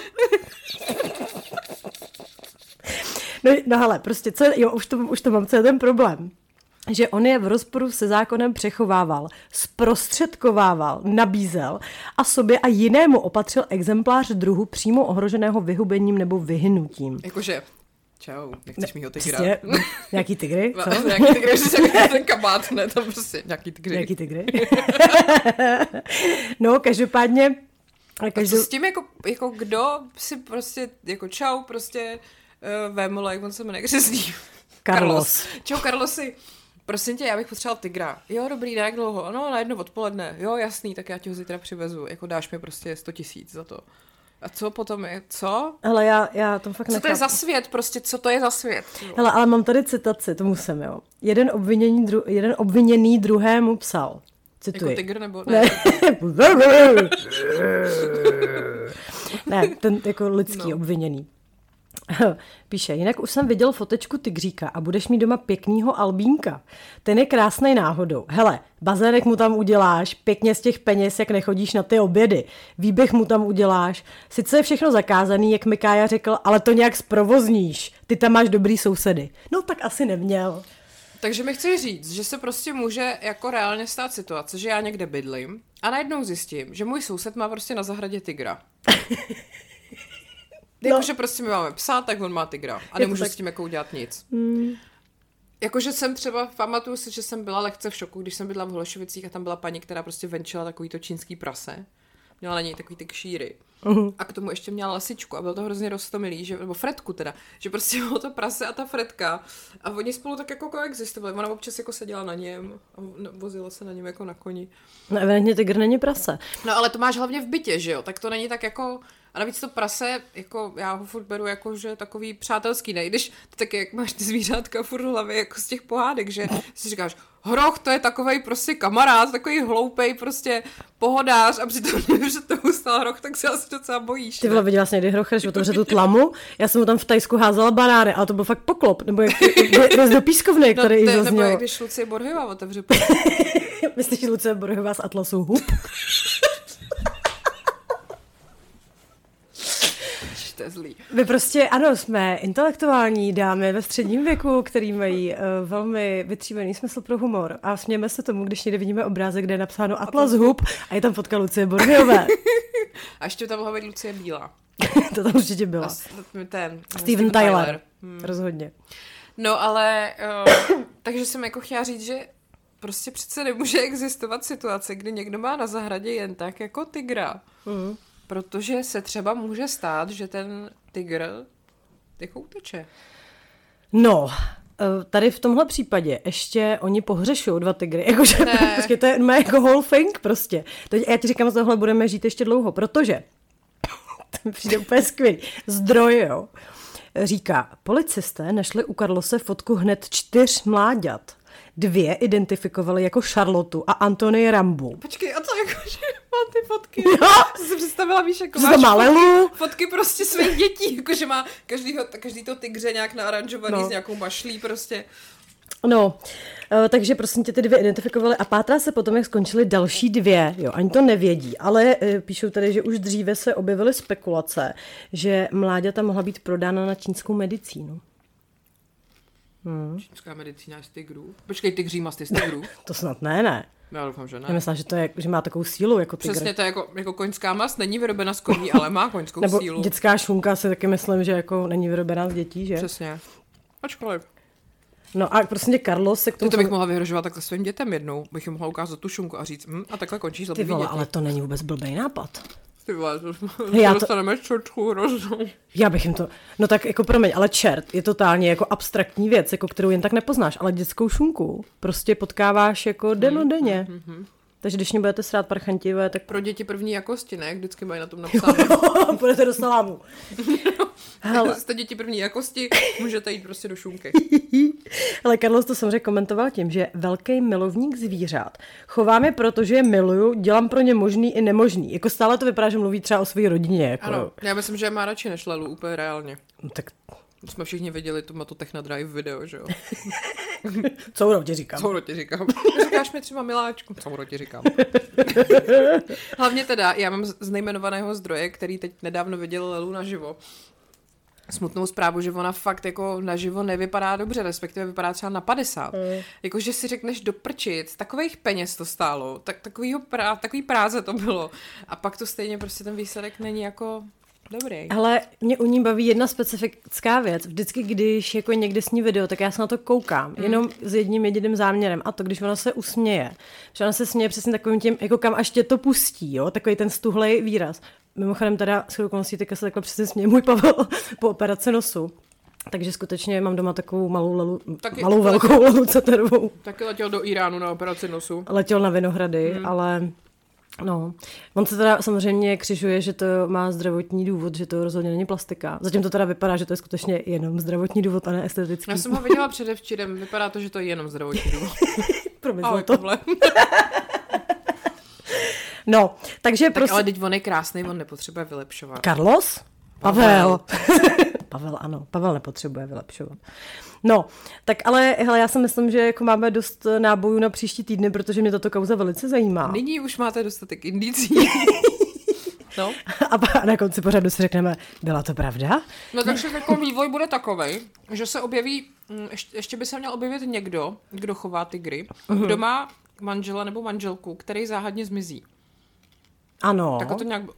No, no hele, prostě, co, jo, už to, už to mám, co je ten problém. Že on je v rozporu se zákonem přechovával, zprostředkovával, nabízel a sobě a jinému opatřil exemplář druhu přímo ohroženého vyhubením nebo vyhynutím. Jakože, čau, nechceš mýho tygra? Přesně, nějaký tygry, co? Nějaký tygry, že ten kabát, ne, tam prostě nějaký tygry. Nějaký tygry. No, každopádně... Každou... Co s tím, jako, jako kdo si prostě, jako čau, prostě uh, vémola, jak on se jmenuje, křesný. Carlos. Čau, Carlosi. Prosím tě, já bych potřeboval tygra. Jo, dobrý, na jak dlouho? No, na jedno odpoledne. Jo, jasný, tak já ti ho zítra přivezu. Jako dáš mi prostě sto tisíc za to. A co potom je? Co? Hele, já, já to fakt Co nechápu. to je za svět? Prostě, co to je za svět? Hele, ale mám tady citaci, to musím, jo. Jeden, obviněný, dru, jeden obviněný druhému psal. Cituji. Jako tygr nebo ne? Ne, ne ten jako lidský no. obviněný. Píše, jinak už jsem viděl fotečku tygříka a budeš mít doma pěknýho albínka. Ten je krásnej náhodou. Hele, bazének mu tam uděláš, pěkně z těch peněz, jak nechodíš na ty obědy. Výběh mu tam uděláš. Sice je všechno zakázaný, jak Mikája řekl, ale to nějak zprovozníš. Ty tam máš dobrý sousedy. No tak asi neměl. Takže mi chci říct, že se prostě může jako reálně stát situace, že já někde bydlím a najednou zjistím, že můj soused má prostě na zahradě tygra. No. Jakože prostě my máme psa, tak on má tygra. A nemůžu tak... s tím jako udělat nic. Mm. Jakože jsem třeba, pamatuju si, že jsem byla lehce v šoku, když jsem bydla v Holešovicích a tam byla paní, která prostě venčila takový to čínský prase. Měla na něj takový ty kšíry. Uh-huh. A k tomu ještě měla lasičku a byl to hrozně roztomilý, že, nebo Fredku teda, že prostě bylo to prase a ta Fredka a oni spolu tak jako koexistovali. Ona občas jako seděla na něm a vozila se na něm jako na koni. No evidentně tygr není prase. No ale to máš hlavně v bytě, že jo, tak to není tak jako... A navíc to prase, jako já ho furt beru jako, že takový přátelský, ne? Když ty taky, jak máš ty zvířátka furt v hlavě, jako z těch pohádek, že si říkáš, hroch, to je takovej prostě kamarád, takový hloupej prostě pohodář a přitom nevíš, že to ustal hroch, tak se asi docela bojíš. Ty vole, viděla jsi někdy hrocha, že otevře tu tlamu? Já jsem mu tam v Tajsku házela banány, ale to byl fakt poklop, nebo jak vez do pískovny, který no, jí zaznělo. Nebo jak když Lucie Borhova otevře. Myslíš, Lucie Borhova z Atlasu hub? To je zlý. Vy prostě, ano, jsme intelektuální dámy ve středním věku, který mají uh, velmi vytříbený smysl pro humor a smějeme se tomu, když někde vidíme obrázek, kde je napsáno Atlas hub a je tam fotka Lucie Borhové. A ještě tam mohla být Lucie Bílá. To tam určitě byla. Ten, Steven, Steven Tyler. Tyler. Hmm. Rozhodně. No ale, uh, takže jsem jako chtěla říct, že prostě přece nemůže existovat situace, kdy někdo má na zahradě jen tak jako tygra. Mm. Protože se třeba může stát, že ten tygr jako uteče. No, tady v tomhle případě ještě oni pohřešují dva tygry. Jakože prostě to je má jako whole thing prostě. To, já ti říkám, že tohle budeme žít ještě dlouho, protože to mi přijde úplně skvělý. Zdroj, jo. Říká, policisté našli u Carlose fotku hned čtyř mláďat. Dvě identifikovali jako Charlotu a Antonie Rambu. Počkej, a to jako, že má ty fotky? Jo. Co si představila, víš, jako máš fotky, fotky prostě svých dětí, jakože má každýho, každý to tygře nějak naaranžovaný no. s nějakou mašlí prostě. No, uh, takže prosím tě, ty dvě identifikovali a pátrá se potom, jak skončily další dvě. Jo, ani to nevědí, ale uh, píšou tady, že už dříve se objevily spekulace, že mláďata mohla být prodána na čínskou medicínu. Hmm. Čínská medicína je z tygrů. Počkej, tygří mast je z tygrů? To snad ne, ne. Já doufám, že ne. Já myslím, že, to je, že má takovou sílu jako tygr. Přesně, to je jako, jako koňská mast, není vyrobena z koní, ale má koňskou Nebo sílu. Nebo dětská šunka si taky myslím, že jako není vyrobená z dětí, že? Přesně. Ačkoliv. No a prostě Carlos se k tomu... Ty to bych mohla vyhrožovat takhle svým dětem jednou. Bych jim mohla ukázat tu šunku a říct, hm, a takhle končí zlobivý Ty vole, děti. ale to není vůbec blbej nápad. Ty vole, to, Já to- dostaneme čočku hroznou. Já bych jim to... No tak jako promiň, ale čert je totálně jako abstraktní věc, jako kterou jen tak nepoznáš, ale dětskou šunku prostě potkáváš jako denodenně. Mm-hmm. Takže když mě budete srát parchantivé, tak Pro děti první jakosti, ne? Jak vždycky mají na tom napsáno. půjdete do salámu. Hele. Jste děti první jakosti, můžete jít prostě do šunky. Ale Carlos to samozřejmě komentoval tím, že je velký milovník zvířat. Chovám je proto, že je miluju, dělám pro ně možný i nemožný. Jako stále to vypadá, že mluví třeba o své rodině. Jako. Ano, já myslím, že má radši než Lelu, úplně reálně. No, tak Jsme všichni viděli tu Mato Techna Drive video, že jo? couro ti říkám. Couro ti říkám. Říkáš mi třeba miláčku. Couro ti říkám. Hlavně teda, já mám z z nejmenovaného zdroje, který teď nedávno viděl Lelu naživo. Smutnou zprávu, že ona fakt jako naživo nevypadá dobře, respektive vypadá třeba na padesát. Mm. Jakože si řekneš do prčic, takových peněz to stálo, tak takovýho prá, takový práze to bylo. A pak to stejně prostě ten výsledek není jako dobrý. Ale mě u ní baví jedna specifická věc. Vždycky, když jako někde s ní video, tak já se na to koukám. Mm. Jenom s jedním jediným záměrem. A to, když ona se usměje. Že ona se směje přesně takovým tím, jako kam až tě to pustí, jo? Takový ten stuhlej výraz. Mimochodem teda s okolností teďka se takhle přesně směje můj Pavel po operaci nosu. Takže skutečně mám doma takovou malou, lelu, Taky, malou taky velkou lelu ceterovou. Taky letěl do Iránu na operaci nosu. Letěl na Vinohrady, mm. ale no. On se teda samozřejmě křižuje, že to má zdravotní důvod, že to rozhodně není plastika. Zatím to teda vypadá, že to je skutečně jenom zdravotní důvod a ne estetický. Já jsem ho viděla předevčírem, vypadá to, že to je jenom zdravotní důvod. Promysl to. No, takže tak prostě... ale teď on je krásný, on nepotřebuje vylepšovat. Carlos? Pavel. Pavel, ano. Pavel nepotřebuje vylepšovat. No, tak ale hele, já si myslím, že jako máme dost nábojů na příští týdny, protože mě tato kauza velice zajímá. Nyní už máte dostatek indicí. No. A na konci pořadu si řekneme, byla to pravda? No takže jako vývoj bude takovej, že se objeví, ještě, ještě by se měl objevit někdo, kdo chová tygry, uh-huh. kdo má manžela nebo manželku, který záhadně zmizí. Ano. Tak to nějak...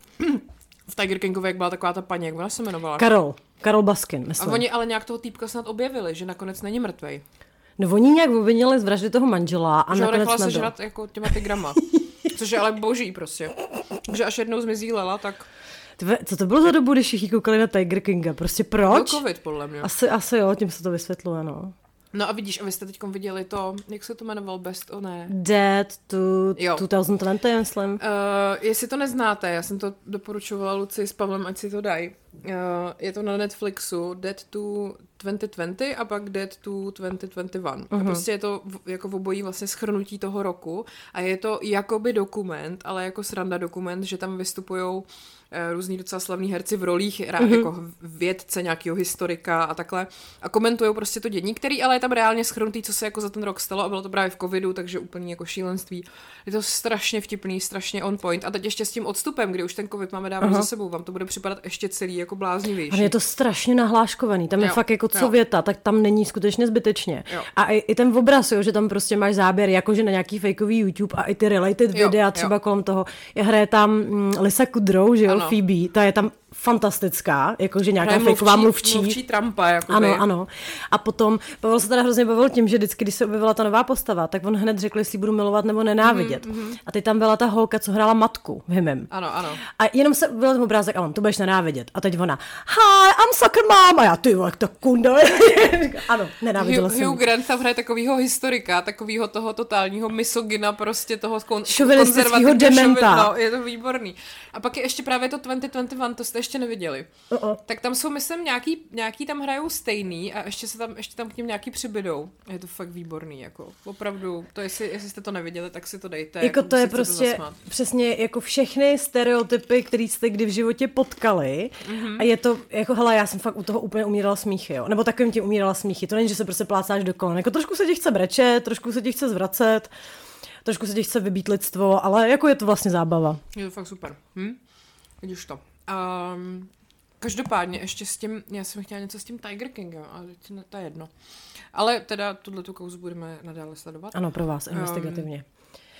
V Tiger Kingově, jak byla taková ta paní, jak ona se jmenovala? Karol. Karol Baskin, myslím. A oni ale nějak toho týpka snad objevili, že nakonec není mrtvej. No oni nějak obvinili z vraždy toho manžela a že nakonec nechala nebyl. se žrat jako těma tygrama. Což je ale boží prostě. Že až jednou zmizí Lela, tak... Tve, co to bylo za dobu, když všichni koukali na Tiger Kinga? Prostě proč? Byl covid, podle mě. Asi, asi jo, tím se to vysvětluje, no. No a vidíš, a vy jste teďkom viděli to, jak se to jmenoval, Best, o ne? Dead to jo. two thousand twenty, myslím. Uh, jestli to neznáte, já jsem to doporučovala Luci s Pavlem, ať si to dají. Uh, je to na Netflixu, Dead to twenty twenty a pak Dead to twenty twenty-one. Uh-huh. A prostě je to v, jako v obojí vlastně shrnutí toho roku a je to jakoby dokument, ale jako sranda dokument, že tam vystupujou různý docela slavní herci v rolích, mm-hmm. jako vědce, nějakého historika a takhle. A komentujou prostě to dění, který ale je tam reálně shrnutý, co se jako za ten rok stalo a bylo to právě v covidu, takže úplně jako šílenství. Je to strašně vtipný, strašně on point. A teď ještě s tím odstupem, kdy už ten covid máme dávno uh-huh. za sebou, vám to bude připadat ještě celý jako bláznivější. Ale je to strašně nahláškovaný, tam je jo, fakt jako co jo. věta, tak tam není skutečně zbytečně. Jo. A i, i ten obraz, jo, že tam prostě máš záběr, jakože na nějaký fakeový YouTube a i ty related jo, videa třeba jo. kolem toho. Je hraje tam mm, Lisa Kudrow, že jo, ano. Phoebe, ta je tam fantastická, jakože nějaká fakeová mluvčí. Mluvčí Trumpa, jakoby. Ano, ano. A potom Pavel se teda hrozně bavil tím, že vždycky, když se objevila ta nová postava, tak on hned řekl, jestli budu milovat nebo nenávidět. Mm-hmm. A teď tam byla ta holka, co hrála matku v Himem. Ano, ano. A jenom se byl ten obrázek a on, to budeš nenávidět. A teď ona, hi, I'm soccer mom. A já, ty vole, to kunda. Ano, nenáviděla Hugh, jsem. Hugh Grant tam hraje takovýho historika, takovýho toho totálního misogyna, prostě toho kon- šovinistického dementa. No, je to výborný. A pak je ještě právě to twenty twenty-one, to jste ještě neviděli. Uh-uh. Tak tam jsou, myslím, nějaký, nějaký tam hrajou stejný a ještě se tam, ještě tam k něm nějaký přibydou. Je to fakt výborný, jako opravdu, to jestli, jestli jste to neviděli, tak si to dejte. Jako, jako to je prostě přesně jako všechny stereotypy, které jste kdy v životě potkali mm-hmm. a je to, jako hele, já jsem fakt u toho úplně umírala smíchy, jo. Nebo takovým tím umírala smíchy. To není, že se prostě plácáš do kolen. Jako trošku se ti chce brečet, trošku se ti chce zvracet, trošku se ti chce vybít lidstvo, ale jako je to vlastně zábava. Je to fakt super. Hm? Vidíš to. Um, každopádně ještě s tím, já jsem chtěla něco s tím Tiger Kingem, ale to je jedno. Ale teda tuto kauzu budeme nadále sledovat. Ano, pro vás, investigativně. Um,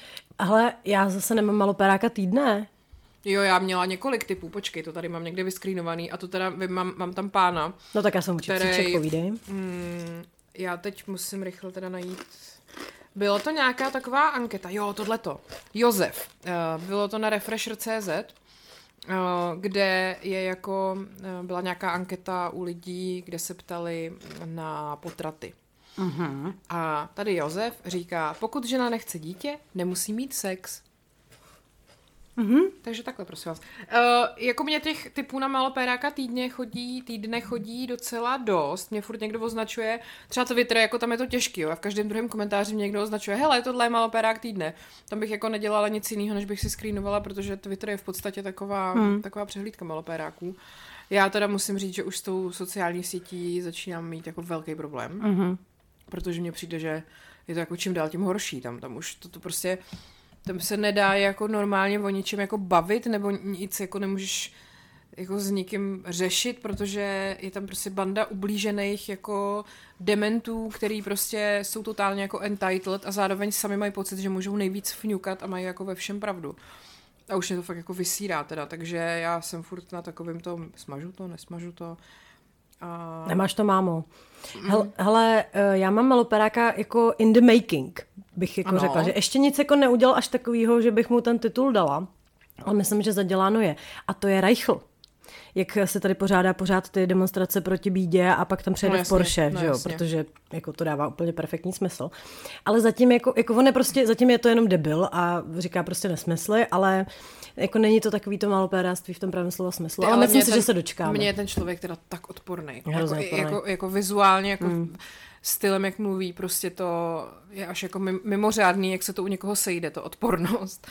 ale já zase nemám maloperáka týdne. Jo, já měla několik typů, počkej, to tady mám někde vyskrínovaný a to teda mám, mám tam pána. No tak já jsem určitě který, povídej. Mm, já teď musím rychle teda najít... Bylo to nějaká taková anketa, jo, tohleto. Josef. Uh, bylo to na refresher tečka cé zet, uh, kde je jako, uh, byla nějaká anketa u lidí, kde se ptali na potraty. Uh-huh. A tady Josef říká, pokud žena nechce dítě, nemusí mít sex. Mm-hmm. Takže takhle, prosím vás. Uh, jako mě těch typů na malopéráka týdně chodí, týdne chodí docela dost. Mě furt někdo označuje, třeba Twitter, jako tam je to těžký, jo. A v každém druhém komentáři mě někdo označuje, hele, tohle je malopérák týdne. Tam bych jako nedělala nic jiného, než bych si screenovala, protože Twitter je v podstatě taková, mm. taková přehlídka malopéráků. Já teda musím říct, že už s tou sociální sítí začínám mít jako velký problém. Mm-hmm. Protože mně přijde, že je to jako čím dál tím horší. Tam, tam už to, to prostě... Tam se nedá jako normálně o ničem jako bavit, nebo nic jako nemůžeš jako s nikým řešit, protože je tam prostě banda ublížených jako dementů, který prostě jsou totálně jako entitled a zároveň sami mají pocit, že můžou nejvíc fňukat a mají jako ve všem pravdu. A už mě to fakt jako vysírá teda, takže já jsem furt na takovým tom, smažu to, nesmažu to. A... Nemáš to, mámo. Hele, hele, já mám maloperáka jako in the making, bych jako ano. řekla, že ještě nic jako neudělal až takovýho, že bych mu ten titul dala, ale myslím, že zaděláno je. A to je Reichl. Jak se tady pořádá pořád ty demonstrace proti bídě a pak tam přijede no, v Porsche, no, že jo, protože jako to dává úplně perfektní smysl. Ale zatím jako, jako on je prostě, zatím je to jenom debil a říká prostě nesmysly, ale jako není to takový to malopéráctví v tom pravém slova smyslu. Ty, ale, ale myslím si, ten, že se dočkáme. Mně je ten člověk teda tak odporný. Jako, jako, jako vizuálně, jako mm. stylem, jak mluví, prostě to je až jako mimořádný, jak se to u někoho sejde, to odpornost.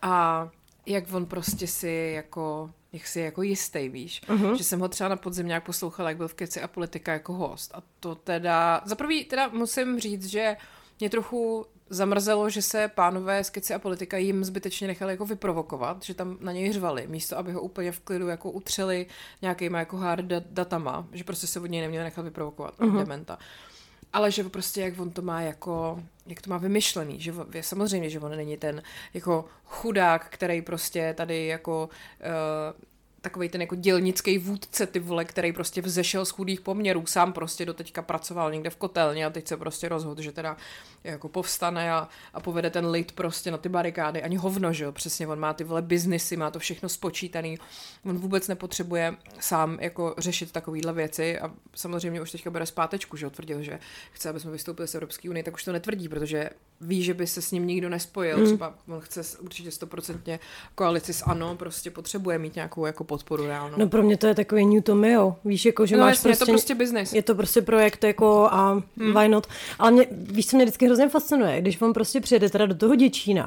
A jak on prostě si jako... jak si jako jistý, víš. Uh-huh. Že jsem ho třeba na podzim nějak poslouchala, jak byl v Keci a politika jako host. A to teda, za prvý teda musím říct, že mě trochu zamrzelo, že se pánové z Keci a politika jim zbytečně nechali jako vyprovokovat, že tam na něj řvali, místo aby ho úplně v klidu jako utřeli nějakýma jako hard datama, že prostě se od něj neměli nechat vyprovokovat, uh-huh. dementa. Ale že prostě jak on to má jako, jak to má vymyšlený, že je samozřejmě, že on není ten jako chudák, který prostě tady jako uh, takovej ten jako dělnický vůdce, ty vole, který prostě vzešel z chudých poměrů, sám prostě doteďka pracoval někde v kotelně a teď se prostě rozhodl, že teda jako povstane a, a povede ten lid prostě na ty barikády, ani hovno, že jo, přesně, on má ty vole biznisy, má to všechno spočítaný, on vůbec nepotřebuje sám jako řešit takovýhle věci a samozřejmě už teďka bere zpátečku, že jo, tvrdil, že chce, aby jsme vystoupili z Evropské unie, tak už to netvrdí, protože ví, že by se s ním nikdo nespojil, mm. třeba on chce určitě stoprocentně koalici s ANO, prostě potřebuje mít nějakou jako podporu reálnou. No pro mě to je takový New Tomio, víš, jako, že no, máš jasně, prostě... je to prostě biznis. Je to prostě projekt jako a hmm. why not. Ale mě, víš, co mě vždycky hrozně fascinuje, když on prostě přijede teda do toho Děčína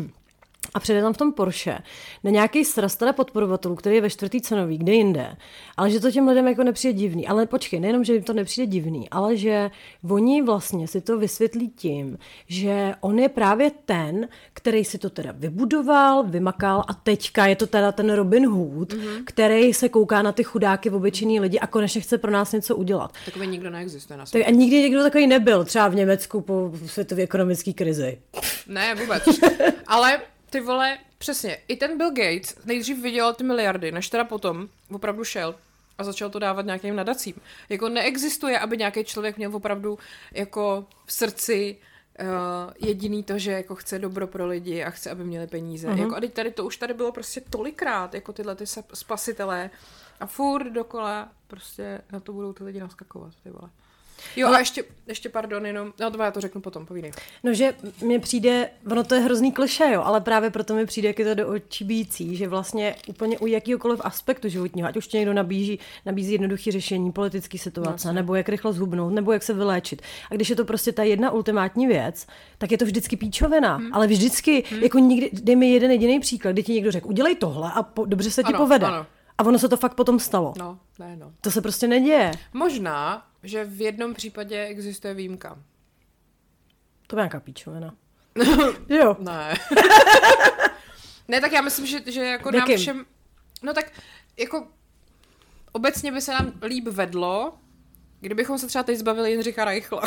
a přijede tam v tom Porsche na nějaký sraz teda podporovatelů, který je ve čtvrtý cenový, kde jinde, ale že to těm lidem jako nepřijde divný. Ale počkej, nejenom, že jim to nepřijde divný, ale že oni vlastně si to vysvětlí tím, že on je právě ten, který si to teda vybudoval, vymakal a teďka je to teda ten Robin Hood, mm-hmm. který se kouká na ty chudáky v obyčejný lidi a konečně chce pro nás něco udělat. Takový nikdo neexistuje na světě. A nikdy někdo takový nebyl, třeba v Německu po světové ekonomické krizi. Ne, vůbec. Ale ty vole, přesně, i ten Bill Gates nejdřív vydělal ty miliardy, než teda potom opravdu šel a začal to dávat nějakým nadacím. Jako neexistuje, aby nějaký člověk měl opravdu jako v srdci uh, jediný to, že jako chce dobro pro lidi a chce, aby měli peníze. Uh-huh. Jako, a teď tady to už tady bylo prostě tolikrát, jako tyhle ty spasitelé a furt dokola prostě na to budou ty lidi naskakovat, ty vole. Jo, a ještě, ještě pardon, jenom, no to já to řeknu potom, povídej. No, že mně přijde, ono to je hrozný klišé, jo, ale právě proto mi přijde, jak je to do očí bíjící, že vlastně úplně u jakýhokoliv aspektu životního, ať už tě někdo nabízí, nabízí jednoduché řešení politické situace, no, nebo jak rychle zhubnout, nebo jak se vyléčit. A když je to prostě ta jedna ultimátní věc, tak je to vždycky píčovina, hmm. ale vždycky, hmm. jako nikdy, dej mi jeden jediný příklad, kdy ti někdo řekl, udělej tohle a po, dobře se ti ano, povede. Ano. A ono se to fakt potom stalo. No, ne, no. To se prostě neděje. Možná, že v jednom případě existuje výjimka. To je nějaká píčovina. Jo. Ne. Ne, tak já myslím, že, že jako Dekým? nám všem... No tak jako obecně by se nám líp vedlo, kdybychom se třeba teď zbavili Jindřicha Reichla.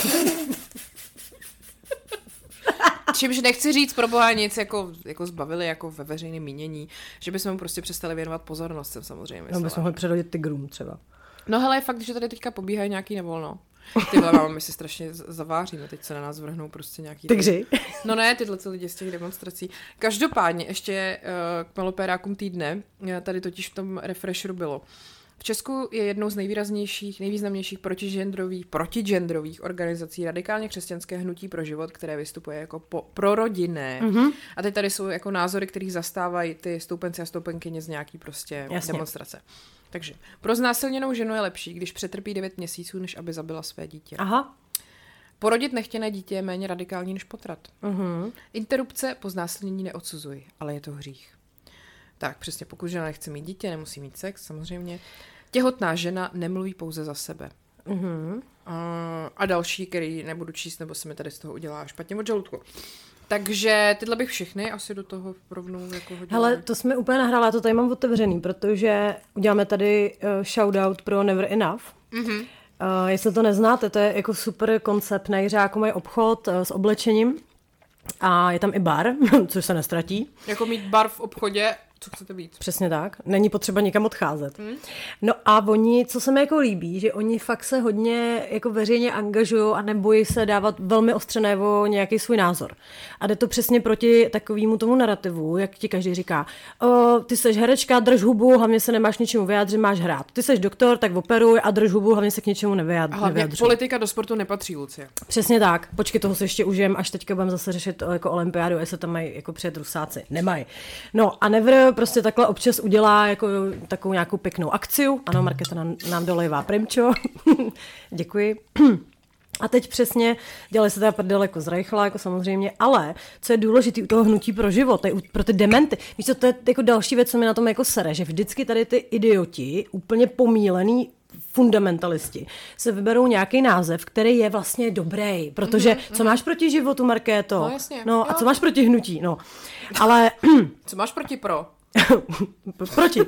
Čímž nechci říct pro boha nic, jako, jako zbavili jako ve veřejném mínění, že bychom mu prostě přestali věnovat pozornost, jsem samozřejmě myslela. No bychom mohli předhodit tygrům třeba. No hele, je fakt, že tady teďka pobíhají nějaký nevolno. Ty vole, my si strašně zaváříme, teď se na nás vrhnou prostě nějaký... Tygři. No ne, tyhle lidi z těch demonstrací. Každopádně ještě uh, k malopérákům týdne, tady totiž v tom refresheru bylo. V Česku je jednou z nejvýraznějších, nejvýznamnějších protigendrových, protigendrových organizací radikálně křesťanské hnutí pro život, které vystupuje jako po, prorodinné. Mm-hmm. A teď tady jsou jako názory, kterých zastávají ty stoupenci a stoupenkyně z nějaký prostě Jasně. demonstrace. Takže pro znásilněnou ženu je lepší, když přetrpí devět měsíců, než aby zabila své dítě. Aha. Porodit nechtěné dítě je méně radikální než potrat. Mm-hmm. Interrupce po znásilnění neodsuzuji, ale je to hřích. Tak, přesně, pokud žena nechce mít dítě, nemusí mít sex, samozřejmě. Těhotná žena nemluví pouze za sebe. Mm-hmm. A, a další, který nebudu číst, nebo se mi tady z toho udělá špatně od žaludku. Takže tyhle bych všechny asi do toho rovnou jako hodila. Hele, to jsme úplně nahrála, já to tady mám otevřený, protože uděláme tady uh, shoutout pro Never Enough. Mm-hmm. Uh, jestli to neznáte, to je jako super koncept. Na Jiřáku mají obchod uh, s oblečením a je tam i bar, což se nestratí. Jako mít bar v obchodě, co chcete být. Přesně tak. Není potřeba nikam odcházet. Hmm. No a oni, co se mi jako líbí, že oni fakt se hodně jako veřejně angažují a nebojí se dávat velmi ostře najevo nějaký svůj názor. A jde to přesně proti takovému tomu narrativu, jak ti každý říká. O, ty seš herečka, drž hubu, hlavně se nemáš ničemu vyjádřit, máš hrát. Ty seš doktor, tak operuj a drž hubu, hlavně se k ničemu nevyjádřit. Hlavně politika do sportu nepatří, Lucie. Přesně tak. Počkej, toho se ještě užijem, až teďka budeme zase řešit jako olympiádu, jestli tam mají jako přijet rusáci. Nemají. No a Never prostě takhle občas udělá jako takovou nějakou pěknou akciu. Ano, Markéta nám, nám dolejvá primčo. Děkuji. A teď přesně dělají se teda prdel jako zrejchla, jako samozřejmě, ale co je důležité u toho hnutí pro život, je pro ty dementy. Víš co, to je jako další věc, co mi na tom jako sere, že vždycky tady ty idioti, úplně pomílený fundamentalisti, se vyberou nějaký název, který je vlastně dobrý, protože mm-hmm, co máš proti životu, Markéto? No jasně. No jo. A co máš proti hnutí? No, ale... Co máš proti pro? Proti.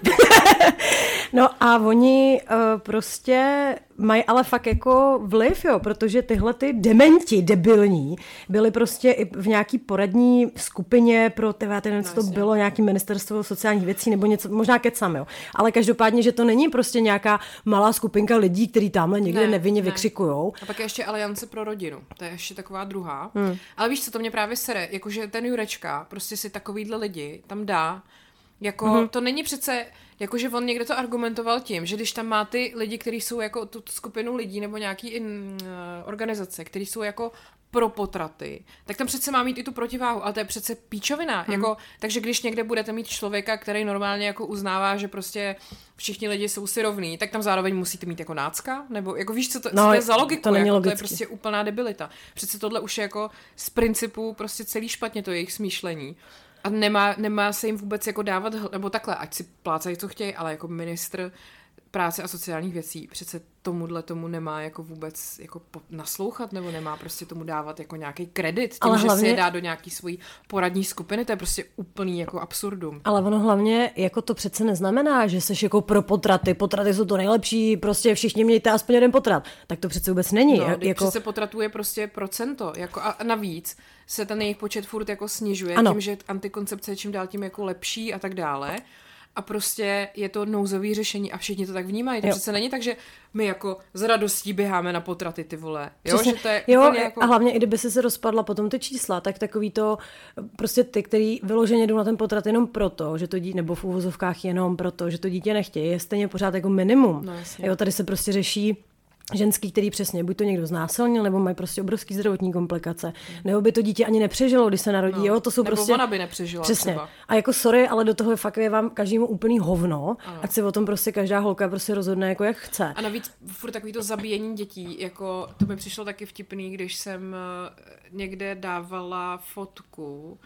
No a oni uh, prostě mají ale fakt jako vliv, jo, protože tyhle ty dementi debilní byli prostě i v nějaký poradní skupině pro tebe, ten, co to bylo, nějaký ministerstvo sociálních věcí nebo něco, možná kecam, jo. Ale každopádně, že to není prostě nějaká malá skupinka lidí, kteří tamhle někde ne, nevinně ne. vykřikujou. A pak je ještě Aliance pro rodinu, to je ještě taková druhá. Hmm. Ale víš co, to mě právě sere, jakože ten Jurečka prostě si takovýhle lidi tam dá. Jako, mm-hmm. to není přece, jakože on někde to argumentoval tím, že když tam má ty lidi, kteří jsou jako tu skupinu lidí nebo nějaký in, uh, organizace, kteří jsou jako pro potraty, tak tam přece má mít i tu protiváhu, ale to je přece píčovina. Mm. Jako, takže když někde budete mít člověka, který normálně jako uznává, že prostě všichni lidi jsou si rovní, tak tam zároveň musíte mít jako nácka? Nebo jako víš, co to, no, co to je za logiku? To, jako, to je prostě úplná debilita. Přece tohle už je jako z principu prostě celý špatně to jejich smýšlení. A nemá, nemá se jim vůbec jako dávat, nebo takhle, ať si plácají, co chtějí, ale jako ministr práce a sociálních věcí přece tomuhle tomu nemá jako vůbec jako naslouchat, nebo nemá prostě tomu dávat jako nějaký kredit tím, ale že hlavně... si je dá do nějaký svojí poradní skupiny, to je prostě úplný jako absurdum. Ale ono hlavně jako to přece neznamená, že seš jako pro potraty, potraty jsou to nejlepší, prostě všichni mějte aspoň jeden potrat. Tak to přece vůbec není. No, jako... přece potratů je prostě procento, jako a navíc se ten jejich počet furt jako snižuje ano. tím, že antikoncepce je čím dál tím jako lepší a tak dále. A prostě je to nouzové řešení a všichni to tak vnímají. To jo. Přece není tak, že my jako z radostí běháme na potraty, ty vole. Jo, že to je jo jako... a hlavně i kdyby si se rozpadla potom ty čísla, tak takový to prostě ty, který vyloženě jdou na ten potrat jenom proto, že to dítě, nebo v uvozovkách jenom proto, že to dítě nechtějí, je stejně pořád jako minimum. No, jo, tady se prostě řeší ženský, který přesně buď to někdo znásilnil, nebo mají prostě obrovský zdravotní komplikace, mm. nebo by to dítě ani nepřežilo, když se narodí, no. jo, to jsou nebo prostě... ona by nepřežila přesně. třeba. A jako sorry, ale do toho je fakt je vám každému úplný hovno, ano. ať si o tom prostě každá holka prostě rozhodne jako jak chce. A navíc furt takový to zabíjení dětí, jako to mi přišlo taky vtipný, když jsem někde dávala fotku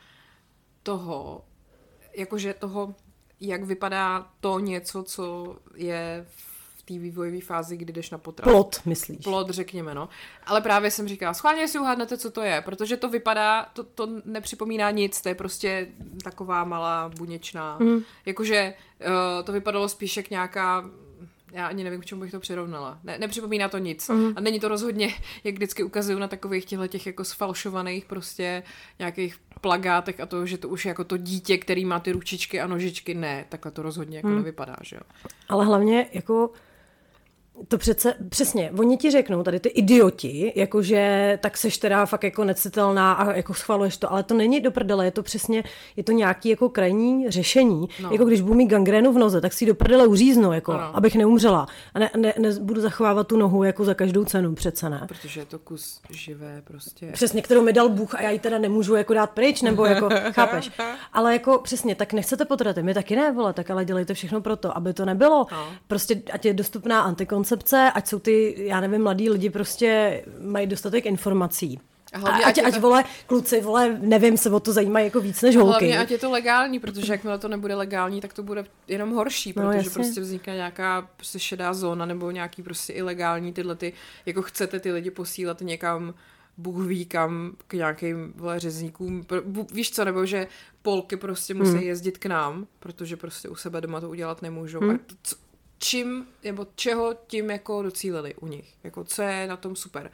toho, jakože toho, jak vypadá to něco, co je v té vývojové fázi, kdy jdeš na potrat. Plot, myslíš? Plot, řekněme, no. Ale právě jsem říkala, schválně si uhádnete, co to je, protože to vypadá, to, to nepřipomíná nic, to je prostě taková malá buněčná. Mm. Jakože uh, to vypadalo spíš jak nějaká, já ani nevím, k čemu bych to přirovnala. Ne, nepřipomíná to nic. Mm. A není to rozhodně, jak vždycky ukazují na takových těchto jako sfalšovaných prostě nějakých plagátech a to, že to už je jako to dítě, který má ty ručičky a nožičky. Ne, takhle to rozhodně jako mm. nevypadá, že jo. Ale hlavně jako To přece, přesně, oni ti řeknou, tady ty idioti, jakože tak seš teda fakt jako necitelná a jako schvaluješ to, ale to není do prdele, je to přesně, je to nějaký jako krajní řešení, no. Jako když budu mít gangrénu v noze, tak si do prdele uříznu, jako, no. Abych neumřela a ne, ne, ne, budu zachovávat tu nohu jako za každou cenu, přece ne. Protože je to kus živé prostě. Přesně, kterou mi dal Bůh a já ji teda nemůžu jako dát pryč, nebo jako, chápeš, ale jako přesně, tak nechcete potraty, my taky ne, vole, tak ale dělejte všechno pro to, aby to nebylo, no. Prostě ať je dostupná antikoncepce, ať jsou ty, já nevím, mladí lidi prostě mají dostatek informací. A hlavně, ať, ať, ať to... vole, kluci, vole, nevím, se o to zajímají jako víc než holky. Hlavně, ať je to legální, protože jakmile to nebude legální, tak to bude jenom horší, protože no, prostě vznikne nějaká prostě šedá zóna nebo nějaký prostě ilegální tyhle ty, jako chcete ty lidi posílat někam, Bůh ví kam, k nějakým vole řezníkům, víš co, nebo že Polky prostě musí hmm. jezdit k nám, protože prostě u sebe doma to udělat nemůžou. Hmm. A to, co, čím, nebo čeho tím jako docílili u nich, jako co je na tom super.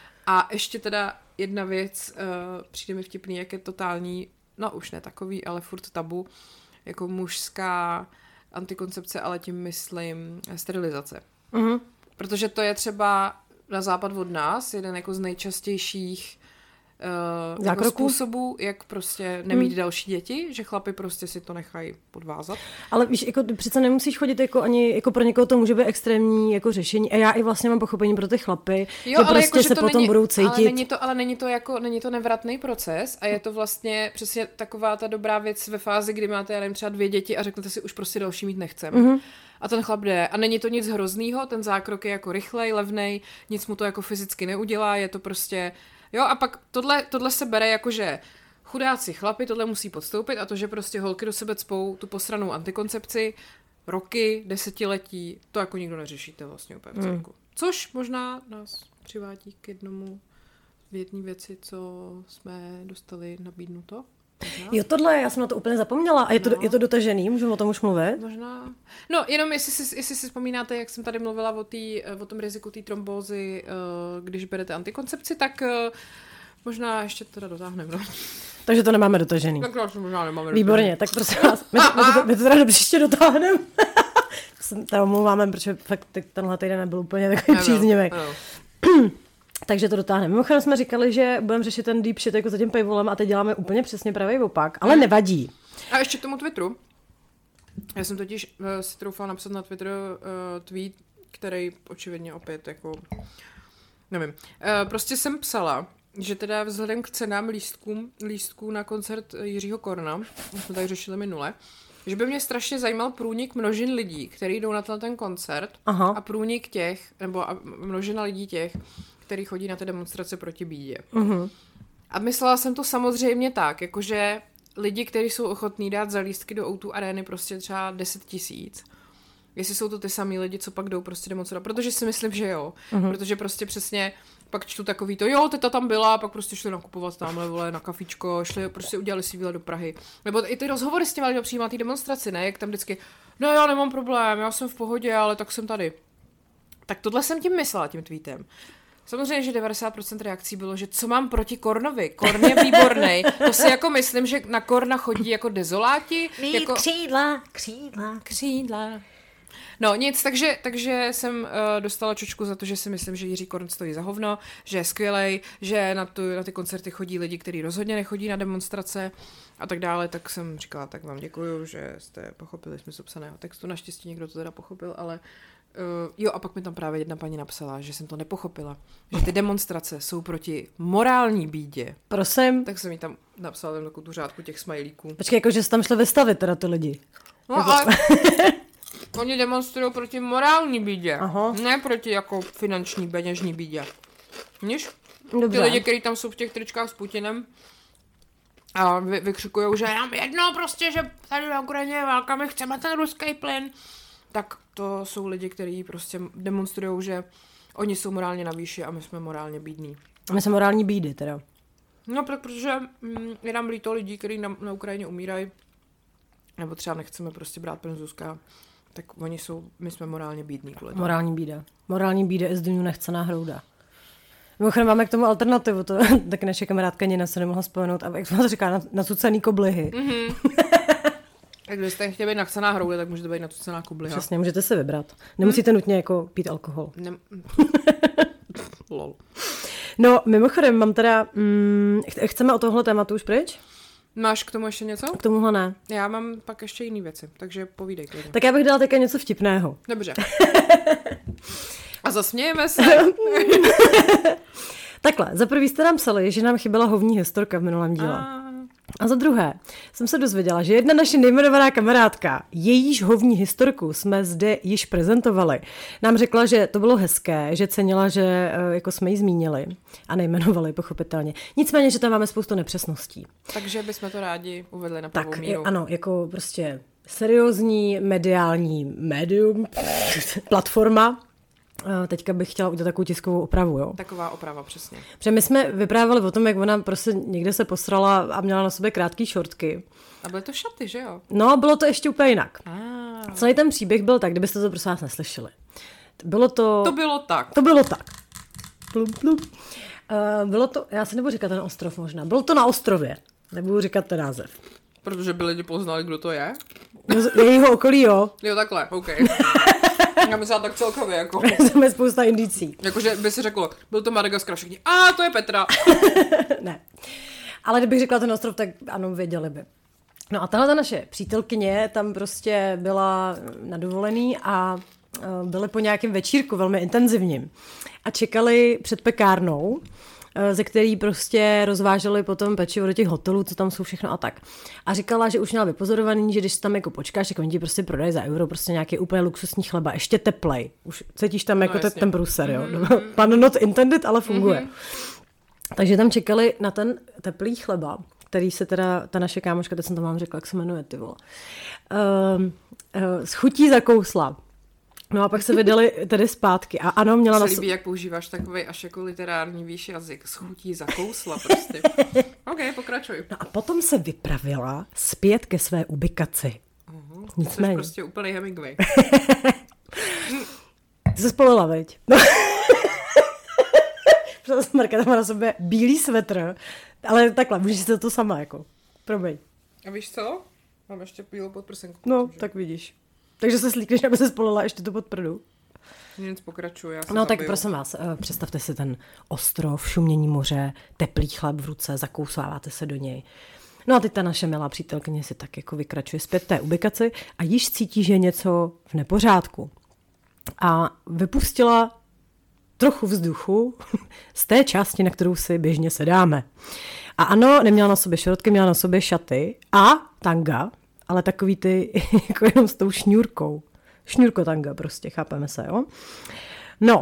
A ještě teda jedna věc, uh, přijde mi vtipný, jak je totální, no už ne takový, ale furt tabu, jako mužská antikoncepce, ale tím myslím sterilizace. Uh-huh. Protože to je třeba na západ od nás jeden jako z nejčastějších Uh, jako způsobů, jak prostě nemít hmm. další děti, že chlapi prostě si to nechají podvázat. Ale víš, jako přece nemusíš chodit jako ani, jako pro někoho to může být extrémní jako řešení a já i vlastně mám pochopení pro ty chlapy, jo, že prostě jako, že se potom není, budou cítit. Ale není to, ale není to jako, není to nevratný proces a je to vlastně přesně taková ta dobrá věc ve fázi, kdy máte, já nevím, třeba dvě děti a řeknete si, už prostě další mít nechcem. Mm-hmm. A ten chlap jde. A není to nic hroznýho, ten zákrok je jako rychlej, levnej, nic mu to jako fyzicky neudělá, je to prostě. Jo, a pak tohle, tohle se bere jako, že chudáci chlapi tohle musí podstoupit a to, že prostě holky do sebe cpou tu posranou antikoncepci roky, desetiletí, to jako nikdo neřešíte vlastně úplně v celku. Hmm. Což možná nás přivádí k jednomu v jedné věci, co jsme dostali nabídnuto. Možná? Jo, tohle, já jsem na to úplně zapomněla. A je to, no. je to dotažený? Můžeme o tom už mluvit? Možná. No, jenom jestli si, jestli si vzpomínáte, jak jsem tady mluvila o, tý, o tom riziku té trombózy, když berete antikoncepci, tak možná ještě teda dotáhneme. No. Takže to nemáme dotažený. Tak to možná nemáme Výborně, dotažený. tak prosím vás, my, my, to, my to teda do příště dotáhneme. Teda omlouváme, protože fakt tenhle týden nebyl úplně takový příznivý. Takže to dotáhneme. Mimochodem jsme říkali, že budeme řešit ten deep shit jako za tím paywallem a teď děláme úplně přesně pravý opak, ale nevadí. A ještě k tomu Twitteru. Já jsem totiž uh, si troufala napsat na Twitteru uh, tweet, který očividně opět jako, nevím. Uh, prostě jsem psala, že teda vzhledem k cenám lístků, lístků na koncert Jiřího Korna, jsme tady řešili minule, že by mě strašně zajímal průnik množin lidí, kteří jdou na ten koncert. Aha. A průnik těch, nebo a množina lidí těch, který chodí na ty demonstrace proti bídě. Uh-huh. A myslela jsem to samozřejmě tak, jakože lidi, kteří jsou ochotní dát za lístky do ó dva arény prostě třeba deset tisíc. Jestli jsou to ty samý lidi, co pak jdou prostě demonstrovat. Protože si myslím, že jo. Uh-huh. Protože prostě přesně pak čtu takový to, jo, teta tam byla, pak prostě šli nakupovat tamhle, vole, na kafičko, šli, prostě udělali si výlet do Prahy. Nebo i ty rozhovory s těmi lidmi přímo na té demonstraci, ne? Jak tam vždycky, no já nemám problém, já jsem v pohodě, ale tak jsem tady. Tak tohle jsem tím myslela, tím tweetem. Samozřejmě, že devadesát procent reakcí bylo, že co mám proti Kornovi. Korn je výbornej. To si jako myslím, že na Korna chodí jako dezoláti. Mít jako... křídla, křídla, křídla. No nic, takže, takže jsem uh, dostala čočku za to, že si myslím, že Jiří Korn stojí za hovno, že je skvělej, že na, tu, na ty koncerty chodí lidi, kteří rozhodně nechodí na demonstrace a tak dále, tak jsem říkala, tak vám děkuju, že jste pochopili smysl psaného textu, naštěstí někdo to teda pochopil, ale uh, jo a pak mi tam právě jedna paní napsala, že jsem to nepochopila, že ty demonstrace jsou proti morální bídě. Prosím. Tak jsem mi tam napsala tam takovou tu řádku těch smajlíků. Počkej, jako že se tam šli vystavit teda ty lidi. No jako... ale... Oni demonstrují proti morální bídě, aha. Ne proti jako finanční, peněžní bídě. Víš? Ty lidi, kteří tam jsou v těch tričkách s Putinem a vy, vykřikujou, že nám jedno prostě, že tady na Ukrajině je válka, my chceme ten ruský plyn, tak to jsou lidi, kteří prostě demonstrují, že oni jsou morálně na výši a my jsme morálně bídní. A my jsme morální bídy teda. No, protože mm, je nám líto lidí, kteří na, na Ukrajině umírají, nebo třeba nechceme prostě brát plyn z Ruska. Tak oni jsou, my jsme morálně bídní kvůli tomu. Morální bída. Morální bída je z dňů nechcená hrouda. Mimochodem máme k tomu alternativu, to tak naše kamarádka Nina se nemohla vzpomenout, a jak jsme to říká, na, na cucený koblihy. Mm-hmm. Tak když jste chtěli být nachcená hroule, tak můžete být nacucená kubliha. Přesně, můžete se vybrat. Nemusíte hmm. nutně jako pít alkohol. Ne... Lol. No, mimochodem, mám teda... Mm, chceme o tohle tématu už pryč? Máš k tomu ještě něco? K tomuhle ne. Já mám pak ještě jiný věci, takže povídej klidně. Tak já bych dala teďka něco vtipného. Dobře. A zasmějeme se. Takhle, za prvý jste nám psali, že nám chyběla hovní historka v minulém díle. A... A za druhé jsem se dozvěděla, že jedna naše nejmenovaná kamarádka, jejíž hovní historku jsme zde již prezentovali, nám řekla, že to bylo hezké, že cenila, že jako jsme ji zmínili a nejmenovali pochopitelně. Nicméně, že tam máme spoustu nepřesností. Takže bychom to rádi uvedli na pravou tak, míru. Ano, jako prostě seriózní mediální médium, platforma. Teďka bych chtěla udělat takovou tiskovou opravu, jo? Taková oprava, přesně. Protože my jsme vyprávěli o tom, jak ona prostě někde se posrala a měla na sobě krátký šortky. A byly to šaty, že jo? No, bylo to ještě úplně jinak. Ah. Celý ten příběh byl tak, kdybyste to prosím vás neslyšeli. Bylo to... To bylo tak. To bylo tak. Plum, plum. Uh, bylo to, já si nebudu říkat ten ostrov možná, bylo to na ostrově. Nebudu říkat ten název. Protože by lidi poznali, kdo to je? No, jejího okolí, jo. Jo, takhle, OK. Já myslela tak celkově, jako. Máme spousta indicí. Jakože by si řeklo, byl to Madagaskar, všichni, a to je Petra. Ne. Ale kdybych řekla ten ostrov, tak ano, věděli by. No a tahle ta naše přítelkyně tam prostě byla na dovolený a byli po nějakém večírku velmi intenzivním. A čekali před pekárnou, ze který prostě rozváželi potom pečivo do těch hotelů, co tam jsou všechno a tak. A říkala, že už měla vypozorovaný, že když tam jako počkáš, tak oni ti prostě prodají za euro prostě nějaký úplně luxusní chleba, ještě teplej. Už cítíš tam jako no, te, ten průser, jo. Mm-hmm. Pan not intended, ale funguje. Mm-hmm. Takže tam čekali na ten teplý chleba, který se teda, ta naše kámoška, teď jsem to vám řekla, jak se jmenuje, ty vole. Uh, uh, s chutí zakousla. No a pak se vydali tedy zpátky. A ano, měla... Se na... líbí, jak používáš takový až jako literární výš jazyk. S chutí zakousla prostě. OK, pokračuj. No a potom se vypravila zpět ke své ubikaci. Uh-huh. Nicméně. Jsi prostě úplný Hemingway. Ty se spolila, veď? No. Protože Marka tam má na sobě bílý svetr, ale takhle, můžeš si to sama, jako. Promiň. A víš co? Mám ještě bílou podprsenku. No, protože... tak vidíš. Takže se slíkneš, aby se spolila ještě tu pod prdu. Nic pokračuje, já se No zabiju. tak prosím vás, představte si ten ostrov, šumění moře, teplý chleb v ruce, zakousáváte se do něj. No a teď ta naše milá přítelkyně si tak jako vykračuje zpět té ubikaci a již cítí, že je něco v nepořádku. A vypustila trochu vzduchu z té části, na kterou si běžně sedáme. A ano, neměla na sobě šortky, měla na sobě šaty a tanga, ale takový ty jako jenom s tou šňůrkou. Šňůrkotanga prostě, chápeme se, jo? No,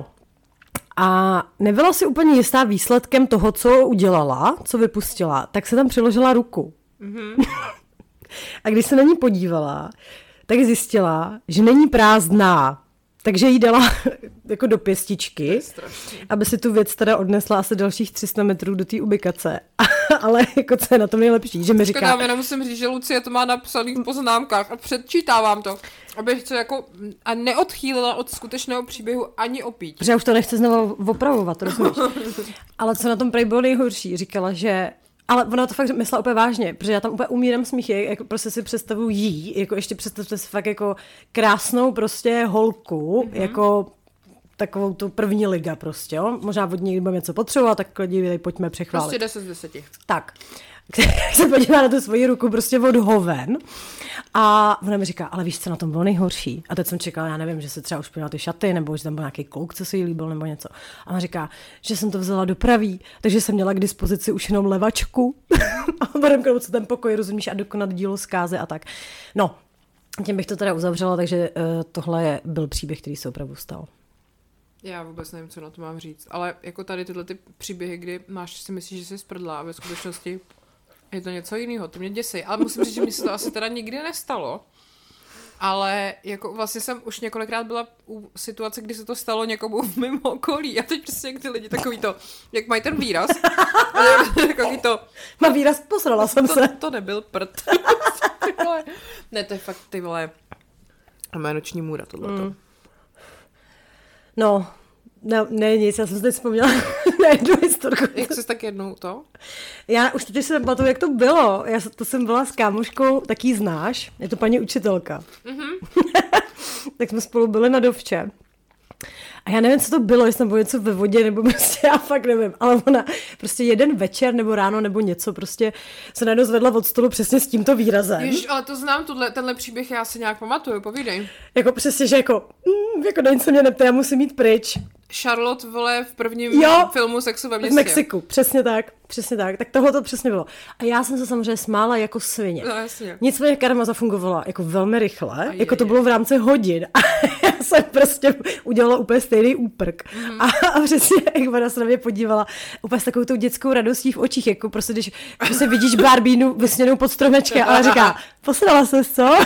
a nebyla si úplně jistá výsledkem toho, co udělala, co vypustila, tak se tam přiložila ruku. Mm-hmm. A když se na ní podívala, tak zjistila, že není prázdná. Takže jí dala jako do pěstičky, aby si tu věc teda odnesla asi dalších tři sta metrů do té ubikace. Ale jako co je na tom nejlepší, že mi říká... Škoda, já nemusím říct, že Lucie to má napsaný v poznámkách a předčítávám to, abych se jako a neodchýlila od skutečného příběhu ani opít. Protože já už to nechci znovu opravovat, rozumíš? Ale co na tom prej bylo nejhorší, říkala, že... Ale ona to fakt myslela úplně vážně, protože já tam úplně umírám smíchy, jako prostě si představuji jí, jako ještě představte si fakt jako krásnou prostě holku, mm-hmm. jako takovou tu první liga prostě, jo. Možná od ní budeme něco potřebovat, tak klidně pojďme přechválit. Prostě deset z deseti. Tak. Se podívá na tu svoji ruku prostě od hoven a ona mi říká, ale víš, co na tom bylo nejhorší? A teď jsem čekala, já nevím, že se třeba už podívala ty šaty, nebo že tam byl nějaký klouk, co se jí líbil, nebo něco. A ona říká, že jsem to vzala do praví, takže jsem měla k dispozici už jenom levačku a budem kroucet ten pokoj, rozumíš, a dokonat dílo zkázy a tak. No, tím bych to teda uzavřela, takže uh, tohle je, byl příběh, který se opravdu stal. Já vůbec nevím, co na to mám říct, ale jako tady tyhle ty příběhy, kdy máš si myslíš, že jsi sprdla a ve skutečnosti je to něco jiného, to mě děsí. Ale musím říct, že mi se to asi teda nikdy nestalo. Ale jako vlastně jsem už několikrát byla u situace, kdy se to stalo někomu v mém okolí. A teď přesně jak ty lidi takový to, jak mají ten výraz. Takový to... Má výraz, posrala jsem to, se. To nebyl prd. Ne, to je fakt ty vole jménoční můra tohleto. Mm. No, ne, ne nic, já jsem si teď vzpomněla na jednu historku. Jak jsi tak jednou to? Já už teď se pamatuju, jak to bylo. Já to jsem byla s kámoškou, tak jí znáš. Je to paní učitelka. Mm-hmm. Tak jsme spolu byli na dovče. A já nevím, co to bylo, jestli bylo něco ve vodě, nebo prostě, já fakt nevím, ale ona prostě jeden večer, nebo ráno, nebo něco, prostě se najednou zvedla od stolu přesně s tímto výrazem. Jež, ale to znám, tuhle, tenhle příběh já si nějak pamatuju, povídej. Jako přesně, že jako, mm, jako den se mě neptá, já musím jít pryč. Charlotte, vole, v prvním jo, filmu Sexu ve městě. V Mexiku, přesně tak, přesně tak. Tak tohle to přesně bylo. A já jsem se samozřejmě smála jako svině. No, jasně. Nicméně karma zafungovala jako velmi rychle, je, jako to bylo v rámci hodin. A já jsem prostě udělala úplně stejný úprk. Mm. A, a přesně, jak ona se na mě podívala, úplně s takovou tou dětskou radostí v očích, jako prostě, když prostě vidíš Barbínu vysněnou pod stromečkem a ona říká, posrala ses, co?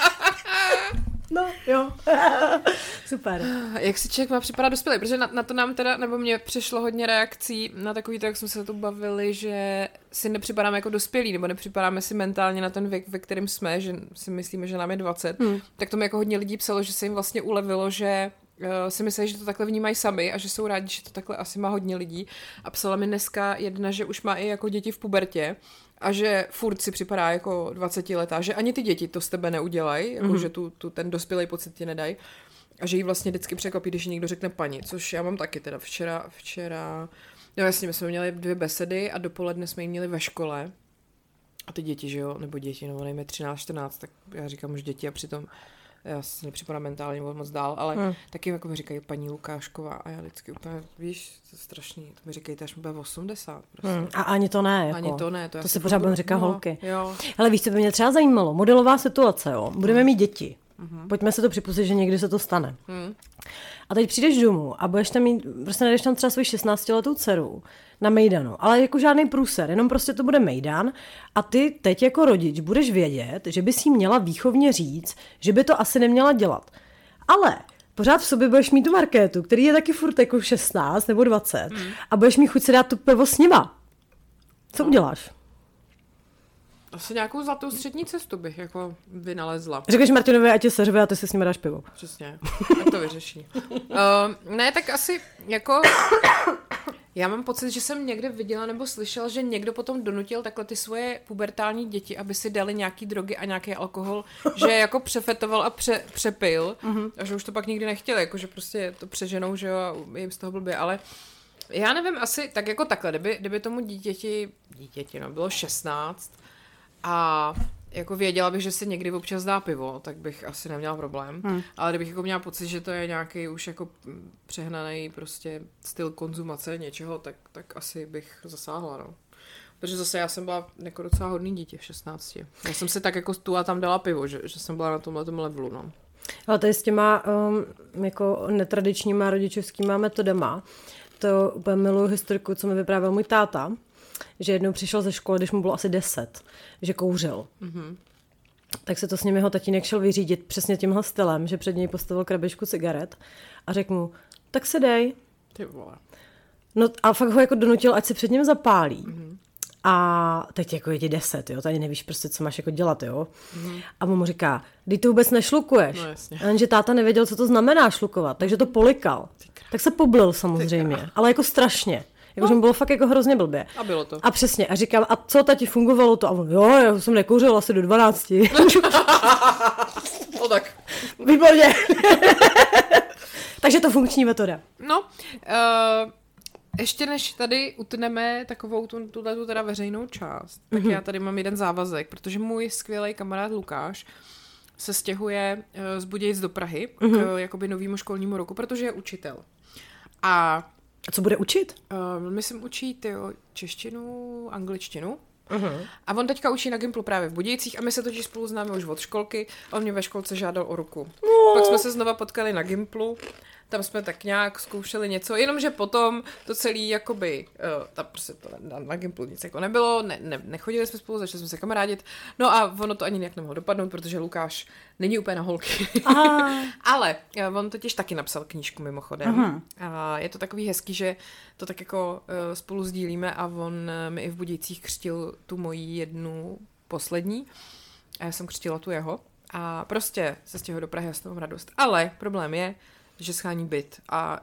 No, jo. Super. Jak si člověk má připadat dospělý? Protože na, na to nám teda, nebo mě přišlo hodně reakcí na takový to, jak jsme se tu bavili, že si nepřipadáme jako dospělí, nebo nepřipadáme si mentálně na ten věk, ve kterém jsme, že si myslíme, že nám je dvacet. Hmm. Tak to mi jako hodně lidí psalo, že se jim vlastně ulevilo, že uh, si myslí, že to takhle vnímají sami a že jsou rádi, že to takhle asi má hodně lidí. A psala mi dneska jedna, že už má i jako děti v pubertě, a že furt si připadá jako dvacetiletá, že ani ty děti to z tebe neudělají, jako mm-hmm. že tu, tu ten dospělej pocit ti nedají. A že jí vlastně vždycky překvapí, když někdo řekne paní, což já mám taky teda včera, včera, no jasně, my jsme měli dvě besedy a dopoledne jsme jí měli ve škole. A ty děti, že jo, nebo děti, no nejme třináct čtrnáct, tak já říkám už děti a přitom já si nepřipadám mentálně moc dál, ale hmm. taky jako mi říkají paní Lukášková a já vždycky úplně, víš, to je strašný, to mi říkají, až mi bude osmdesát. Prostě. Hmm. A ani to ne, jako. Ani to ne. To, to si pořád budeme říkat no, holky. Jo. Ale víš, co by mě třeba zajímalo, modelová situace, jo, budeme mít děti. Mm-hmm. Pojďme se to připustit, že někdy se to stane. Mm. A teď přijdeš domů a budeš tam mít, prostě najdeš tam třeba svou šestnáctiletou dceru na mejdanu, ale jako žádný průser, jenom prostě to bude mejdan a ty teď jako rodič budeš vědět, že bys jí měla výchovně říct, že by to asi neměla dělat. Ale pořád v sobě budeš mít tu Markétu, který je taky furt jako šestnáct nebo dvacet mm. a budeš mít chuť si dát tu pivo s nima. Co no. uděláš? Asi nějakou zlatou střední cestu bych jako vynalezla. Řekneš Martinovi, ať je seřve a ty si s nimi dáš pivo. Přesně, ať to vyřeší. uh, ne, tak asi jako... Já mám pocit, že jsem někde viděla nebo slyšela, že někdo potom donutil takhle ty svoje pubertální děti, aby si dali nějaký drogy a nějaký alkohol, že jako přefetoval a pře, přepil mm-hmm. a že už to pak nikdy nechtěli, jako že prostě to přeženou, že jo, a jim z toho blbě, ale já nevím, asi tak jako takhle, kdyby, kdyby tomu dítěti, dítěti, no, bylo šestnáct a jako věděla bych, že si někdy občas dá pivo, tak bych asi neměla problém. Hmm. Ale kdybych jako měla pocit, že to je nějaký už jako přehnaný prostě styl konzumace něčeho, tak, tak asi bych zasáhla, no. Protože zase já jsem byla jako docela hodný dítě v šestnácti. Já jsem si tak jako tu a tam dala pivo, že, že jsem byla na tomhletom levelu, no. Ale tady s těma um, jako netradičníma rodičovskýma metodama, to úplně miluju historiku, co mi vyprávěl můj táta, že jednou přišel ze školy, když mu bylo asi deset, že kouřil. Mm-hmm. Tak se to s ním jeho tatínek šel vyřídit přesně tímhle stylem, že před něj postavil krabičku cigaret a řekl mu, tak se dej. Ty vole. No a fakt ho jako donutil, ať se před ním zapálí. Mm-hmm. A teď jako je ti deset, jo, tady nevíš prostě, co máš jako dělat, jo. Mm-hmm. A on mu říká, ty to vůbec nešlukuješ. No jasně. A jenže táta nevěděl, co to znamená šlukovat, takže to polikal. Tak se poblil samozřejmě, ale jako strašně. Jakože mi bylo fakt jako hrozně blbě. A bylo to. A přesně. A říkám, a co tati, fungovalo to? A on, jo, já jsem nekouřil asi do dvanácti. No tak. Výborně. Takže to funkční metoda. No, uh, ještě než tady utneme takovou tu, tuhle tu teda veřejnou část, tak mm-hmm. já tady mám jeden závazek, protože můj skvělý kamarád Lukáš se stěhuje uh, z Budějic do Prahy mm-hmm. k jakoby novému školnímu roku, protože je učitel. A A co bude učit? Uh, myslím učí tyjo, češtinu, angličtinu. Uh-huh. A on teďka učí na Gimplu právě v Budějcích a my se totiž spolu známe už od školky. On mě ve školce žádal o ruku. Uh. Pak jsme se znova potkali na Gimplu. Tam jsme tak nějak zkoušeli něco, jenomže potom to celý jakoby, uh, tam prostě to na, na Gimplu nic jako nebylo, ne, ne, nechodili jsme spolu, začali jsme se kamarádit, no a ono to ani nějak nemohlo dopadnout, protože Lukáš není úplně na holky. Ale uh, on totiž taky napsal knížku mimochodem. Uh-huh. A je to takový hezký, že to tak jako uh, spolu sdílíme a on uh, mi i v Budějcích křtil tu moji jednu poslední a já jsem křtila tu jeho a prostě se stěhuje do Prahy a s toho mám radost. Ale problém je, že schání byt a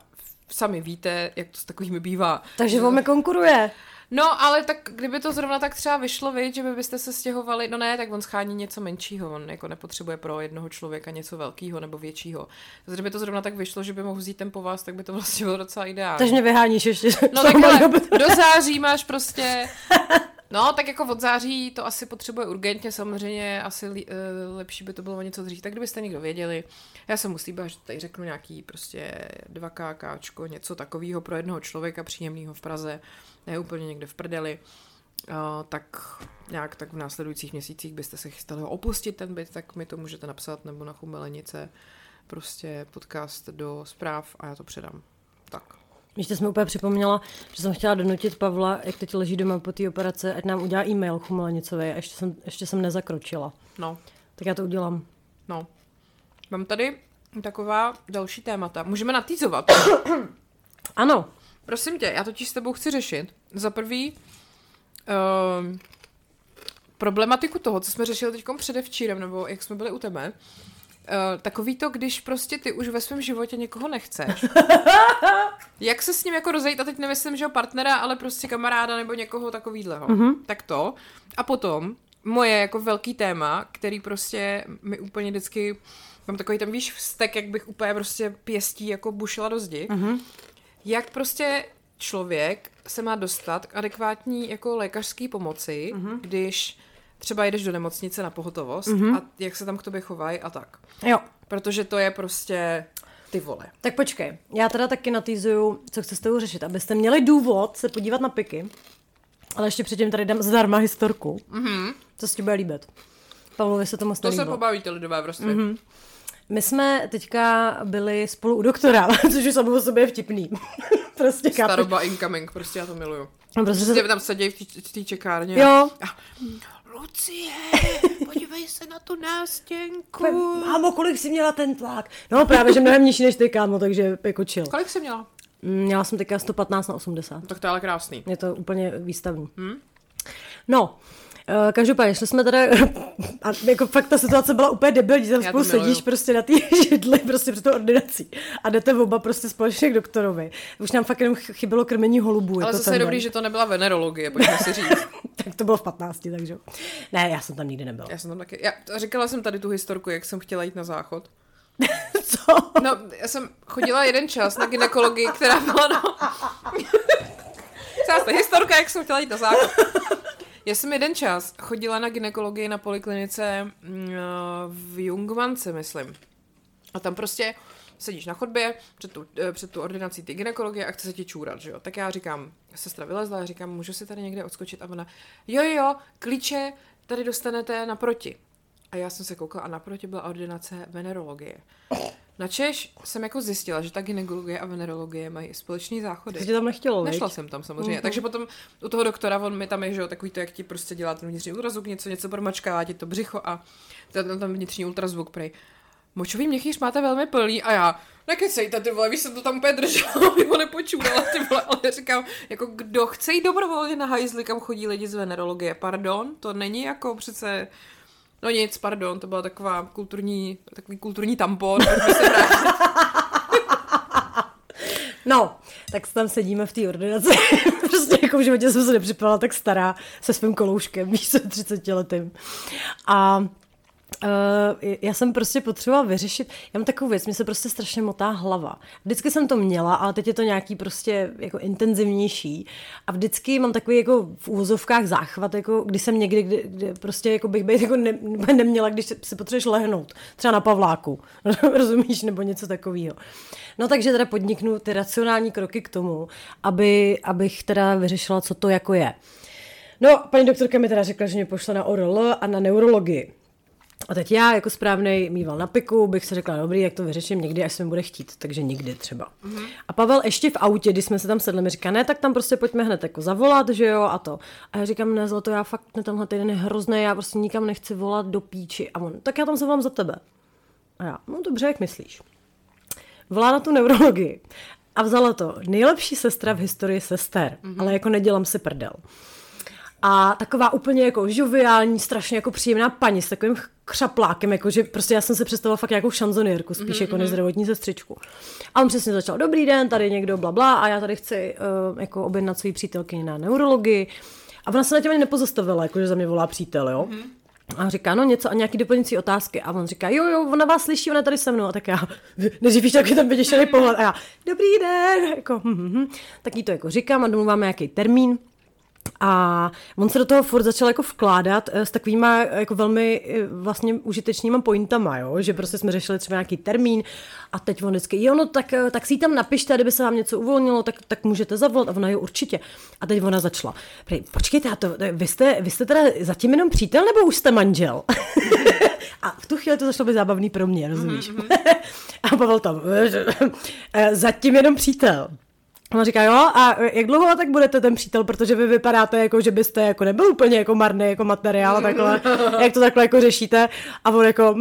sami víte, jak to s takovými bývá. Takže vám konkuruje. No, ale tak kdyby to zrovna tak třeba vyšlo, viď, že by byste se stěhovali, no ne, tak on schání něco menšího, on jako nepotřebuje pro jednoho člověka něco velkého nebo většího. Takže kdyby to zrovna tak vyšlo, že by mohl vzít ten po vás, tak by to vlastně bylo docela ideální. Takže mě vyháníš ještě. No tak ale do září máš prostě... No, tak jako od září to asi potřebuje urgentně, samozřejmě asi uh, lepší by to bylo o něco dřív. Tak kdybyste někdo věděli, já jsem mu slíbila, že tady řeknu nějaký prostě dva káčko, něco takového pro jednoho člověka příjemného v Praze, ne úplně někde v prdeli, uh, tak nějak tak v následujících měsících byste se chystali ho opustit ten byt, tak mi to můžete napsat nebo na Chumelenice prostě podcast do zpráv a já to předám. Tak. Ještě jsem úplně připomněla, že jsem chtěla donutit Pavla, jak teď leží doma po té operace, ať nám udělá e-mail Chumelenicové a ještě jsem, ještě jsem nezakročila. No. Tak já to udělám. No. Mám tady taková další témata. Můžeme natýzovat. Ano. Prosím tě, já totiž s tebou chci řešit. Za prvý uh, problematiku toho, co jsme řešili teďkom předevčírem, nebo jak jsme byli u tebe. Uh, takový to, když prostě ty už ve svém životě někoho nechceš. Jak se s ním jako rozejít, a teď nemyslím, že ho partnera, ale prostě kamaráda nebo někoho takovýhleho. Mm-hmm. Tak to. A potom moje jako velký téma, který prostě mi úplně vždycky, mám takový tam víš vztek, jak bych úplně prostě pěstí jako bušila do zdi. Mm-hmm. Jak prostě člověk se má dostat k adekvátní jako lékařské pomoci, mm-hmm. když třeba jdeš do nemocnice na pohotovost mm-hmm. a jak se tam k tobě chovají a tak. Jo. Protože to je prostě ty vole. Tak počkej, já teda taky natýzuju, co chci s tebou řešit, abyste měli důvod se podívat na piky, ale ještě předtím tady dám zdarma historku. Mm-hmm. To se ti bude líbit. Pavlovi se to moc To nelíbilo. se pobavíte lidové vrstvy. Mm-hmm. My jsme teďka byli spolu u doktora, což je samo o sobě je vtipný. Prostě chápu. Staroba incoming, prostě já to miluju. No, prostě prostě se... tam sedějí v té čekárně. Jo. A... Lucie, podívej se na tu nástěnku. Mámo, kolik jsi měla ten tlak? No právě, že mnohem nižší než ty, kámo, takže jako chill. Kolik jsi měla? Měla jsem teďka sto patnáct na osmdesát. Tak to je ale krásný. Je to úplně výstavní. Hmm? No, Uh, každopádně, šli jsme teda, a jako fakt ta situace byla úplně debilní, tam spolu sedíš prostě na té židli, prostě před tou ordinací a jdete oba prostě společně k doktorovi. Už nám fakt jenom chybělo krmení holubů. Ale zase je dobrý, že to nebyla venerologie, pojďme si říct. Tak to bylo v patnácti, takže. Ne, já jsem tam nikdy nebyla. Já jsem tam taky, já říkala jsem tady tu historku, jak jsem chtěla jít na záchod. Co? No, já jsem chodila jeden čas na gynekologii, která byla, no... Třeba historka, jak jsem chtěla jít na záchod. Já jsem jeden čas chodila na gynekologii na poliklinice v Jungmance, myslím. A tam prostě sedíš na chodbě před tu, před tu ordinací ty gynekologie a chce se ti čůrat, že jo. Tak já říkám, sestra vylezla, já říkám, můžu si tady někde odskočit? A ona, jo, jo, klíče tady dostanete naproti. A já jsem se koukala a naproti byla ordinace venerologie. Načež jsem jako zjistila, že ta gynekologie a venerologie mají společný záchody. Jsi tam nechtělo, Nešla viď? jsem tam samozřejmě. Mm-hmm. Takže potom u toho doktora, on mi tam je, že jo, takový to, jak ti prostě dělá ten vnitřní ultrazvuk, něco, něco promačká, ti to břicho a ten, ten vnitřní ultrazvuk prej. Močový měchýř máte velmi plný a já, nekecejte, ty vole, víš, jsem to tam úplně držela, aby ho nepočůrala, ty vole, ale říkám, jako kdo chce jít dobrovolně na hajzli, kam chodí lidi z venerologie, pardon, to není jako přece... No nic, pardon, to byla taková kulturní, takový kulturní tampon. No, tak tam sedíme v té ordinaci. Prostě jako v životě jsem se nepřipadala tak stará se svým kolouškem, víš co, třicetiletým. A Uh, já jsem prostě potřebovala vyřešit, já mám takovou věc, mě se prostě strašně motá hlava. Vždycky jsem to měla, ale teď je to nějaký prostě jako intenzivnější a vždycky mám takový jako v úvozovkách záchvat, jako když jsem někdy, kdy, kdy prostě jako bych být jako ne, neměla, když si potřebuješ lehnout, třeba na Pavláku, rozumíš, nebo něco takového. No takže teda podniknu ty racionální kroky k tomu, aby, abych teda vyřešila, co to jako je. No, paní doktorka mi teda řekla, že mě pošle na O R L a na neurologii. A teď já jako správnej mýval na piku, bych se řekla, dobrý, jak to vyřeším někdy, až se mi bude chtít, takže nikdy třeba. Mm-hmm. A Pavel ještě v autě, když jsme se tam sedli, mi říká, ne, tak tam prostě pojďme hned jako zavolat, že jo, a to. A já říkám, ne, zlato, já fakt, ne, tenhle týden je hrozný, já prostě nikam nechci volat do píči. A on, tak já tam zavolám za tebe. A já, no dobře, jak myslíš. Volá na tu neurologii a vzala to nejlepší sestra v historii sester, mm-hmm. ale jako nedělám si prdel. A taková úplně jako žoviální, strašně jako příjemná paní s takovým křaplákem, jakože prostě já jsem se představila fakt nějakou šanzonierku, spíš mm-hmm. jako než zdravotní sestřičku. A on přesně začal, dobrý den, tady někdo blabla a já tady chci uh, jako objednat svý přítelkyni na neurologii. A ona se na těm ani nepozastavila, jakože za mě volá přítel, jo. Mm-hmm. A říká, no něco a nějaký doplňující otázky. A on říká, jo, jo, ona vás slyší, ona je tady se mnou. A tak já, než víš, taky tam vyděšený pohled. A já, dobrý den. Jako, hm, hm, hm. Tak jí to jako říkám a domluváme nějaký termín. A on se do toho furt začal jako vkládat s takovýma jako velmi vlastně užitečnýma pointama, jo? Že prostě jsme řešili třeba nějaký termín a teď on vždycky, jo, no tak, tak si ji tam napište, kdyby se vám něco uvolnilo, tak, tak můžete zavolat a ona jo určitě. A teď ona začala, počkejte, a to, vy, jste, vy jste teda zatím jenom přítel nebo už jste manžel? A v tu chvíli to začalo být zábavný pro mě, rozumíš? Mm-hmm. A Pavel tam, zatím jenom přítel. On říká, jo, a jak dlouho tak budete ten přítel, protože vy vypadáte jako, že byste jako nebyl úplně jako marný jako materiál, takhle, jak to takhle jako řešíte. A on jako,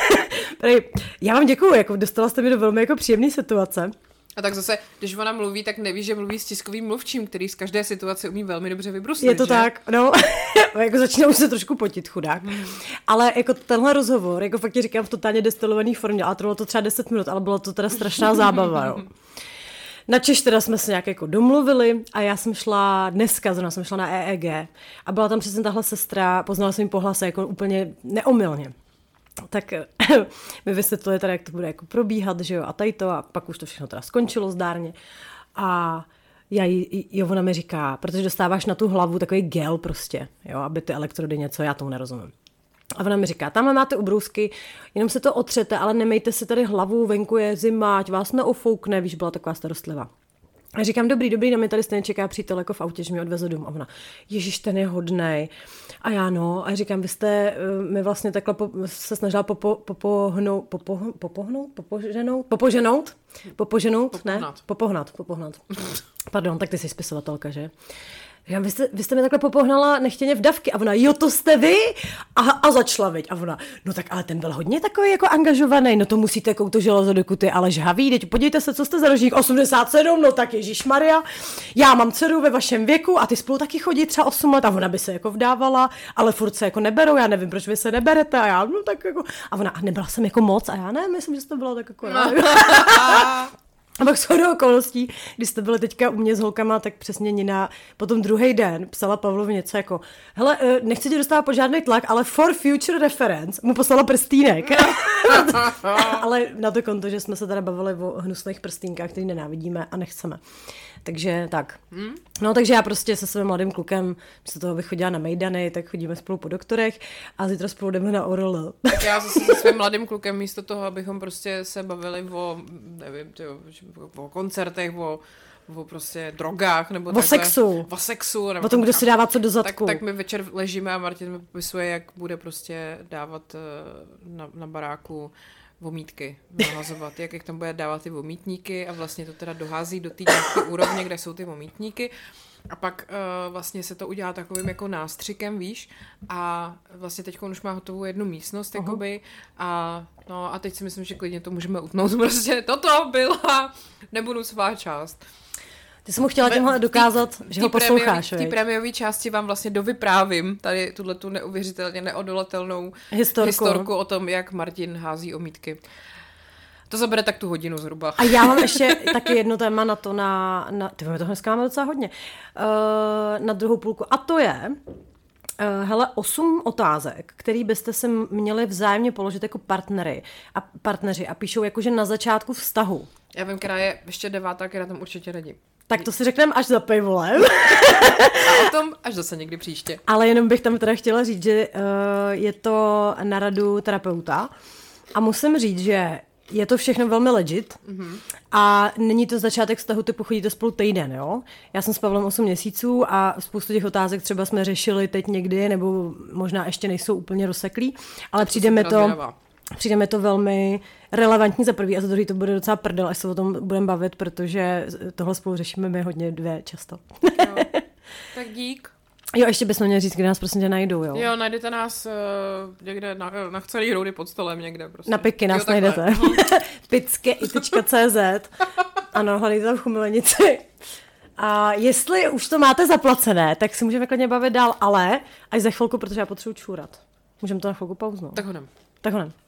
já vám děkuju, jako dostala jste mi do velmi jako příjemné situace. A tak zase, když ona mluví, tak neví, že mluví s tiskovým mluvčím, který z každé situace umí velmi dobře vybruslit. Je to že? Tak, no, jako začíná už se trošku potit, chudák. Hmm. Ale jako tenhle rozhovor, jako fakt ti říkám v totálně destilovaný formě, ale trvalo to třeba deset minut, ale bylo to teda strašná zábava, jo. Načež teda jsme se nějak jako domluvili a já jsem šla dneska, zrovna jsem šla na E E G a byla tam přesně tahle sestra, poznala jsem jí po hlase jako úplně neomylně. Tak mi vysvětluje teda, jak to bude jako probíhat, že jo, a tady to a pak už to všechno teda skončilo zdárně a já jí, jo, ona mi říká, protože dostáváš na tu hlavu takový gel prostě, jo, aby ty elektrody něco, já tomu nerozumím. A ona mi říká, tamhle máte ubrousky, jenom se to otřete, ale nemejte si tady hlavu, venku je zima, ať vás neofoukne, víš, byla taková starostlivá. A říkám, dobrý, dobrý, na mě tady stejně čeká přítel jako v autě, že mě odveze domů. A ona, ježiš, ten je hodnej. A já no, a říkám, vy jste mi vlastně takhle po, se snažila popo, popohnout, popo, popohnout, popoženout, popoženout, popoženout, ne, popohnat, popohnat. Pardon, tak ty jsi spisovatelka, že? Říkám, vy jste, vy jste mi takhle popohnala nechtěně v davky. A ona, jo, to jste vy? A, a začala, viď. A ona, no tak ale ten byl hodně takový jako angažovaný, no to musíte kouto železo, dokud je ale žhavý. Teď podívejte se, co jste za ročník, osmdesát sedm, no tak ježišmarja. Já mám dceru ve vašem věku a ty spolu taky chodí třeba osm let a ona by se jako vdávala, ale furt se jako neberou, já nevím, proč vy se neberete a já, no tak jako, a ona, a nebyla jsem jako moc a já ne, myslím, že to bylo tak jako, no. A pak shodou okolností, když jste byli teďka u mě s holkama, tak přesně Nina potom druhý den psala Pavlovi něco jako, hele, nechci tě dostávat pod žádný tlak, ale for future reference mu poslala prstýnek. Ale na to konto, že jsme se teda bavili o hnusných prstýnkách, který nenávidíme a nechceme. Takže tak. Hmm? No takže já prostě se svým mladým klukem, místo toho bych chodila na mejdany, tak chodíme spolu po doktorech a zítra spolu jdeme na oral. Tak já zase se svým mladým klukem místo toho, abychom prostě se bavili o, nevím, tyjo, o koncertech, o, o prostě drogách, nebo o takhle. sexu. O sexu. Nebo o tom, kdo si dává co do zadku. Tak, tak my večer ležíme a Martin mi popisuje, jak bude prostě dávat na, na baráku vomítky nahazovat, jak, jak tam bude dávat ty vomítníky a vlastně to teda dohází do té nějaké úrovně, kde jsou ty vomítníky a pak uh, vlastně se to udělá takovým jako nástřikem, víš, a vlastně teď už má hotovou jednu místnost, uh-huh. jakoby, a no a teď si myslím, že klidně to můžeme utnout, prostě toto byla nebonusová část. Ty jsi mu chtěla tímhle dokázat, tý, že ho posloucháš. V té prémiové části vám vlastně dovyprávím tady tuhletu neuvěřitelně neodolatelnou historku. historku o tom, jak Martin hází omítky. To zabere tak tu hodinu zhruba. A já mám ještě taky jedno téma na to, na, na ty my toho dneska máme docela hodně, uh, na druhou půlku. A to je, uh, hele, osm otázek, který byste se měli vzájemně položit jako partnery a partneři a píšou jakože na začátku vztahu. Já vím, která je ještě devátá, která tam určitě radí. Tak to si řekneme až za pivolem. A o tom až zase někdy příště. Ale jenom bych tam teda chtěla říct, že uh, je to na radu terapeuta a musím říct, že je to všechno velmi legit mm-hmm. a není to začátek vztahu, typu chodíte spolu týden, jo? Já jsem s Pavlem osm měsíců a spoustu těch otázek třeba jsme řešili teď někdy, nebo možná ještě nejsou úplně rozseklí, ale přijde mi to... Přijde mi to velmi relevantní za prvý a za druhý to bude docela prdel, až se o tom budeme bavit, protože tohle spolu řešíme my hodně dvě často. Jo. Tak dík. Jo, ještě bychom měli říct, kde nás prostě najdou, jo. Jo, najdete nás uh, někde na, na chcelý hroudy pod stolem někde. Prostě. Na Piky nás jo, najdete. picky tečka cé zet Ano, hledejte tam v Chumilenici. A jestli už to máte zaplacené, tak si můžeme klidně bavit dál, ale až za chvilku, protože já potřebuji čůrat. Můžeme to na chvilku pauznout. Tak ho nem. Tak ho nem.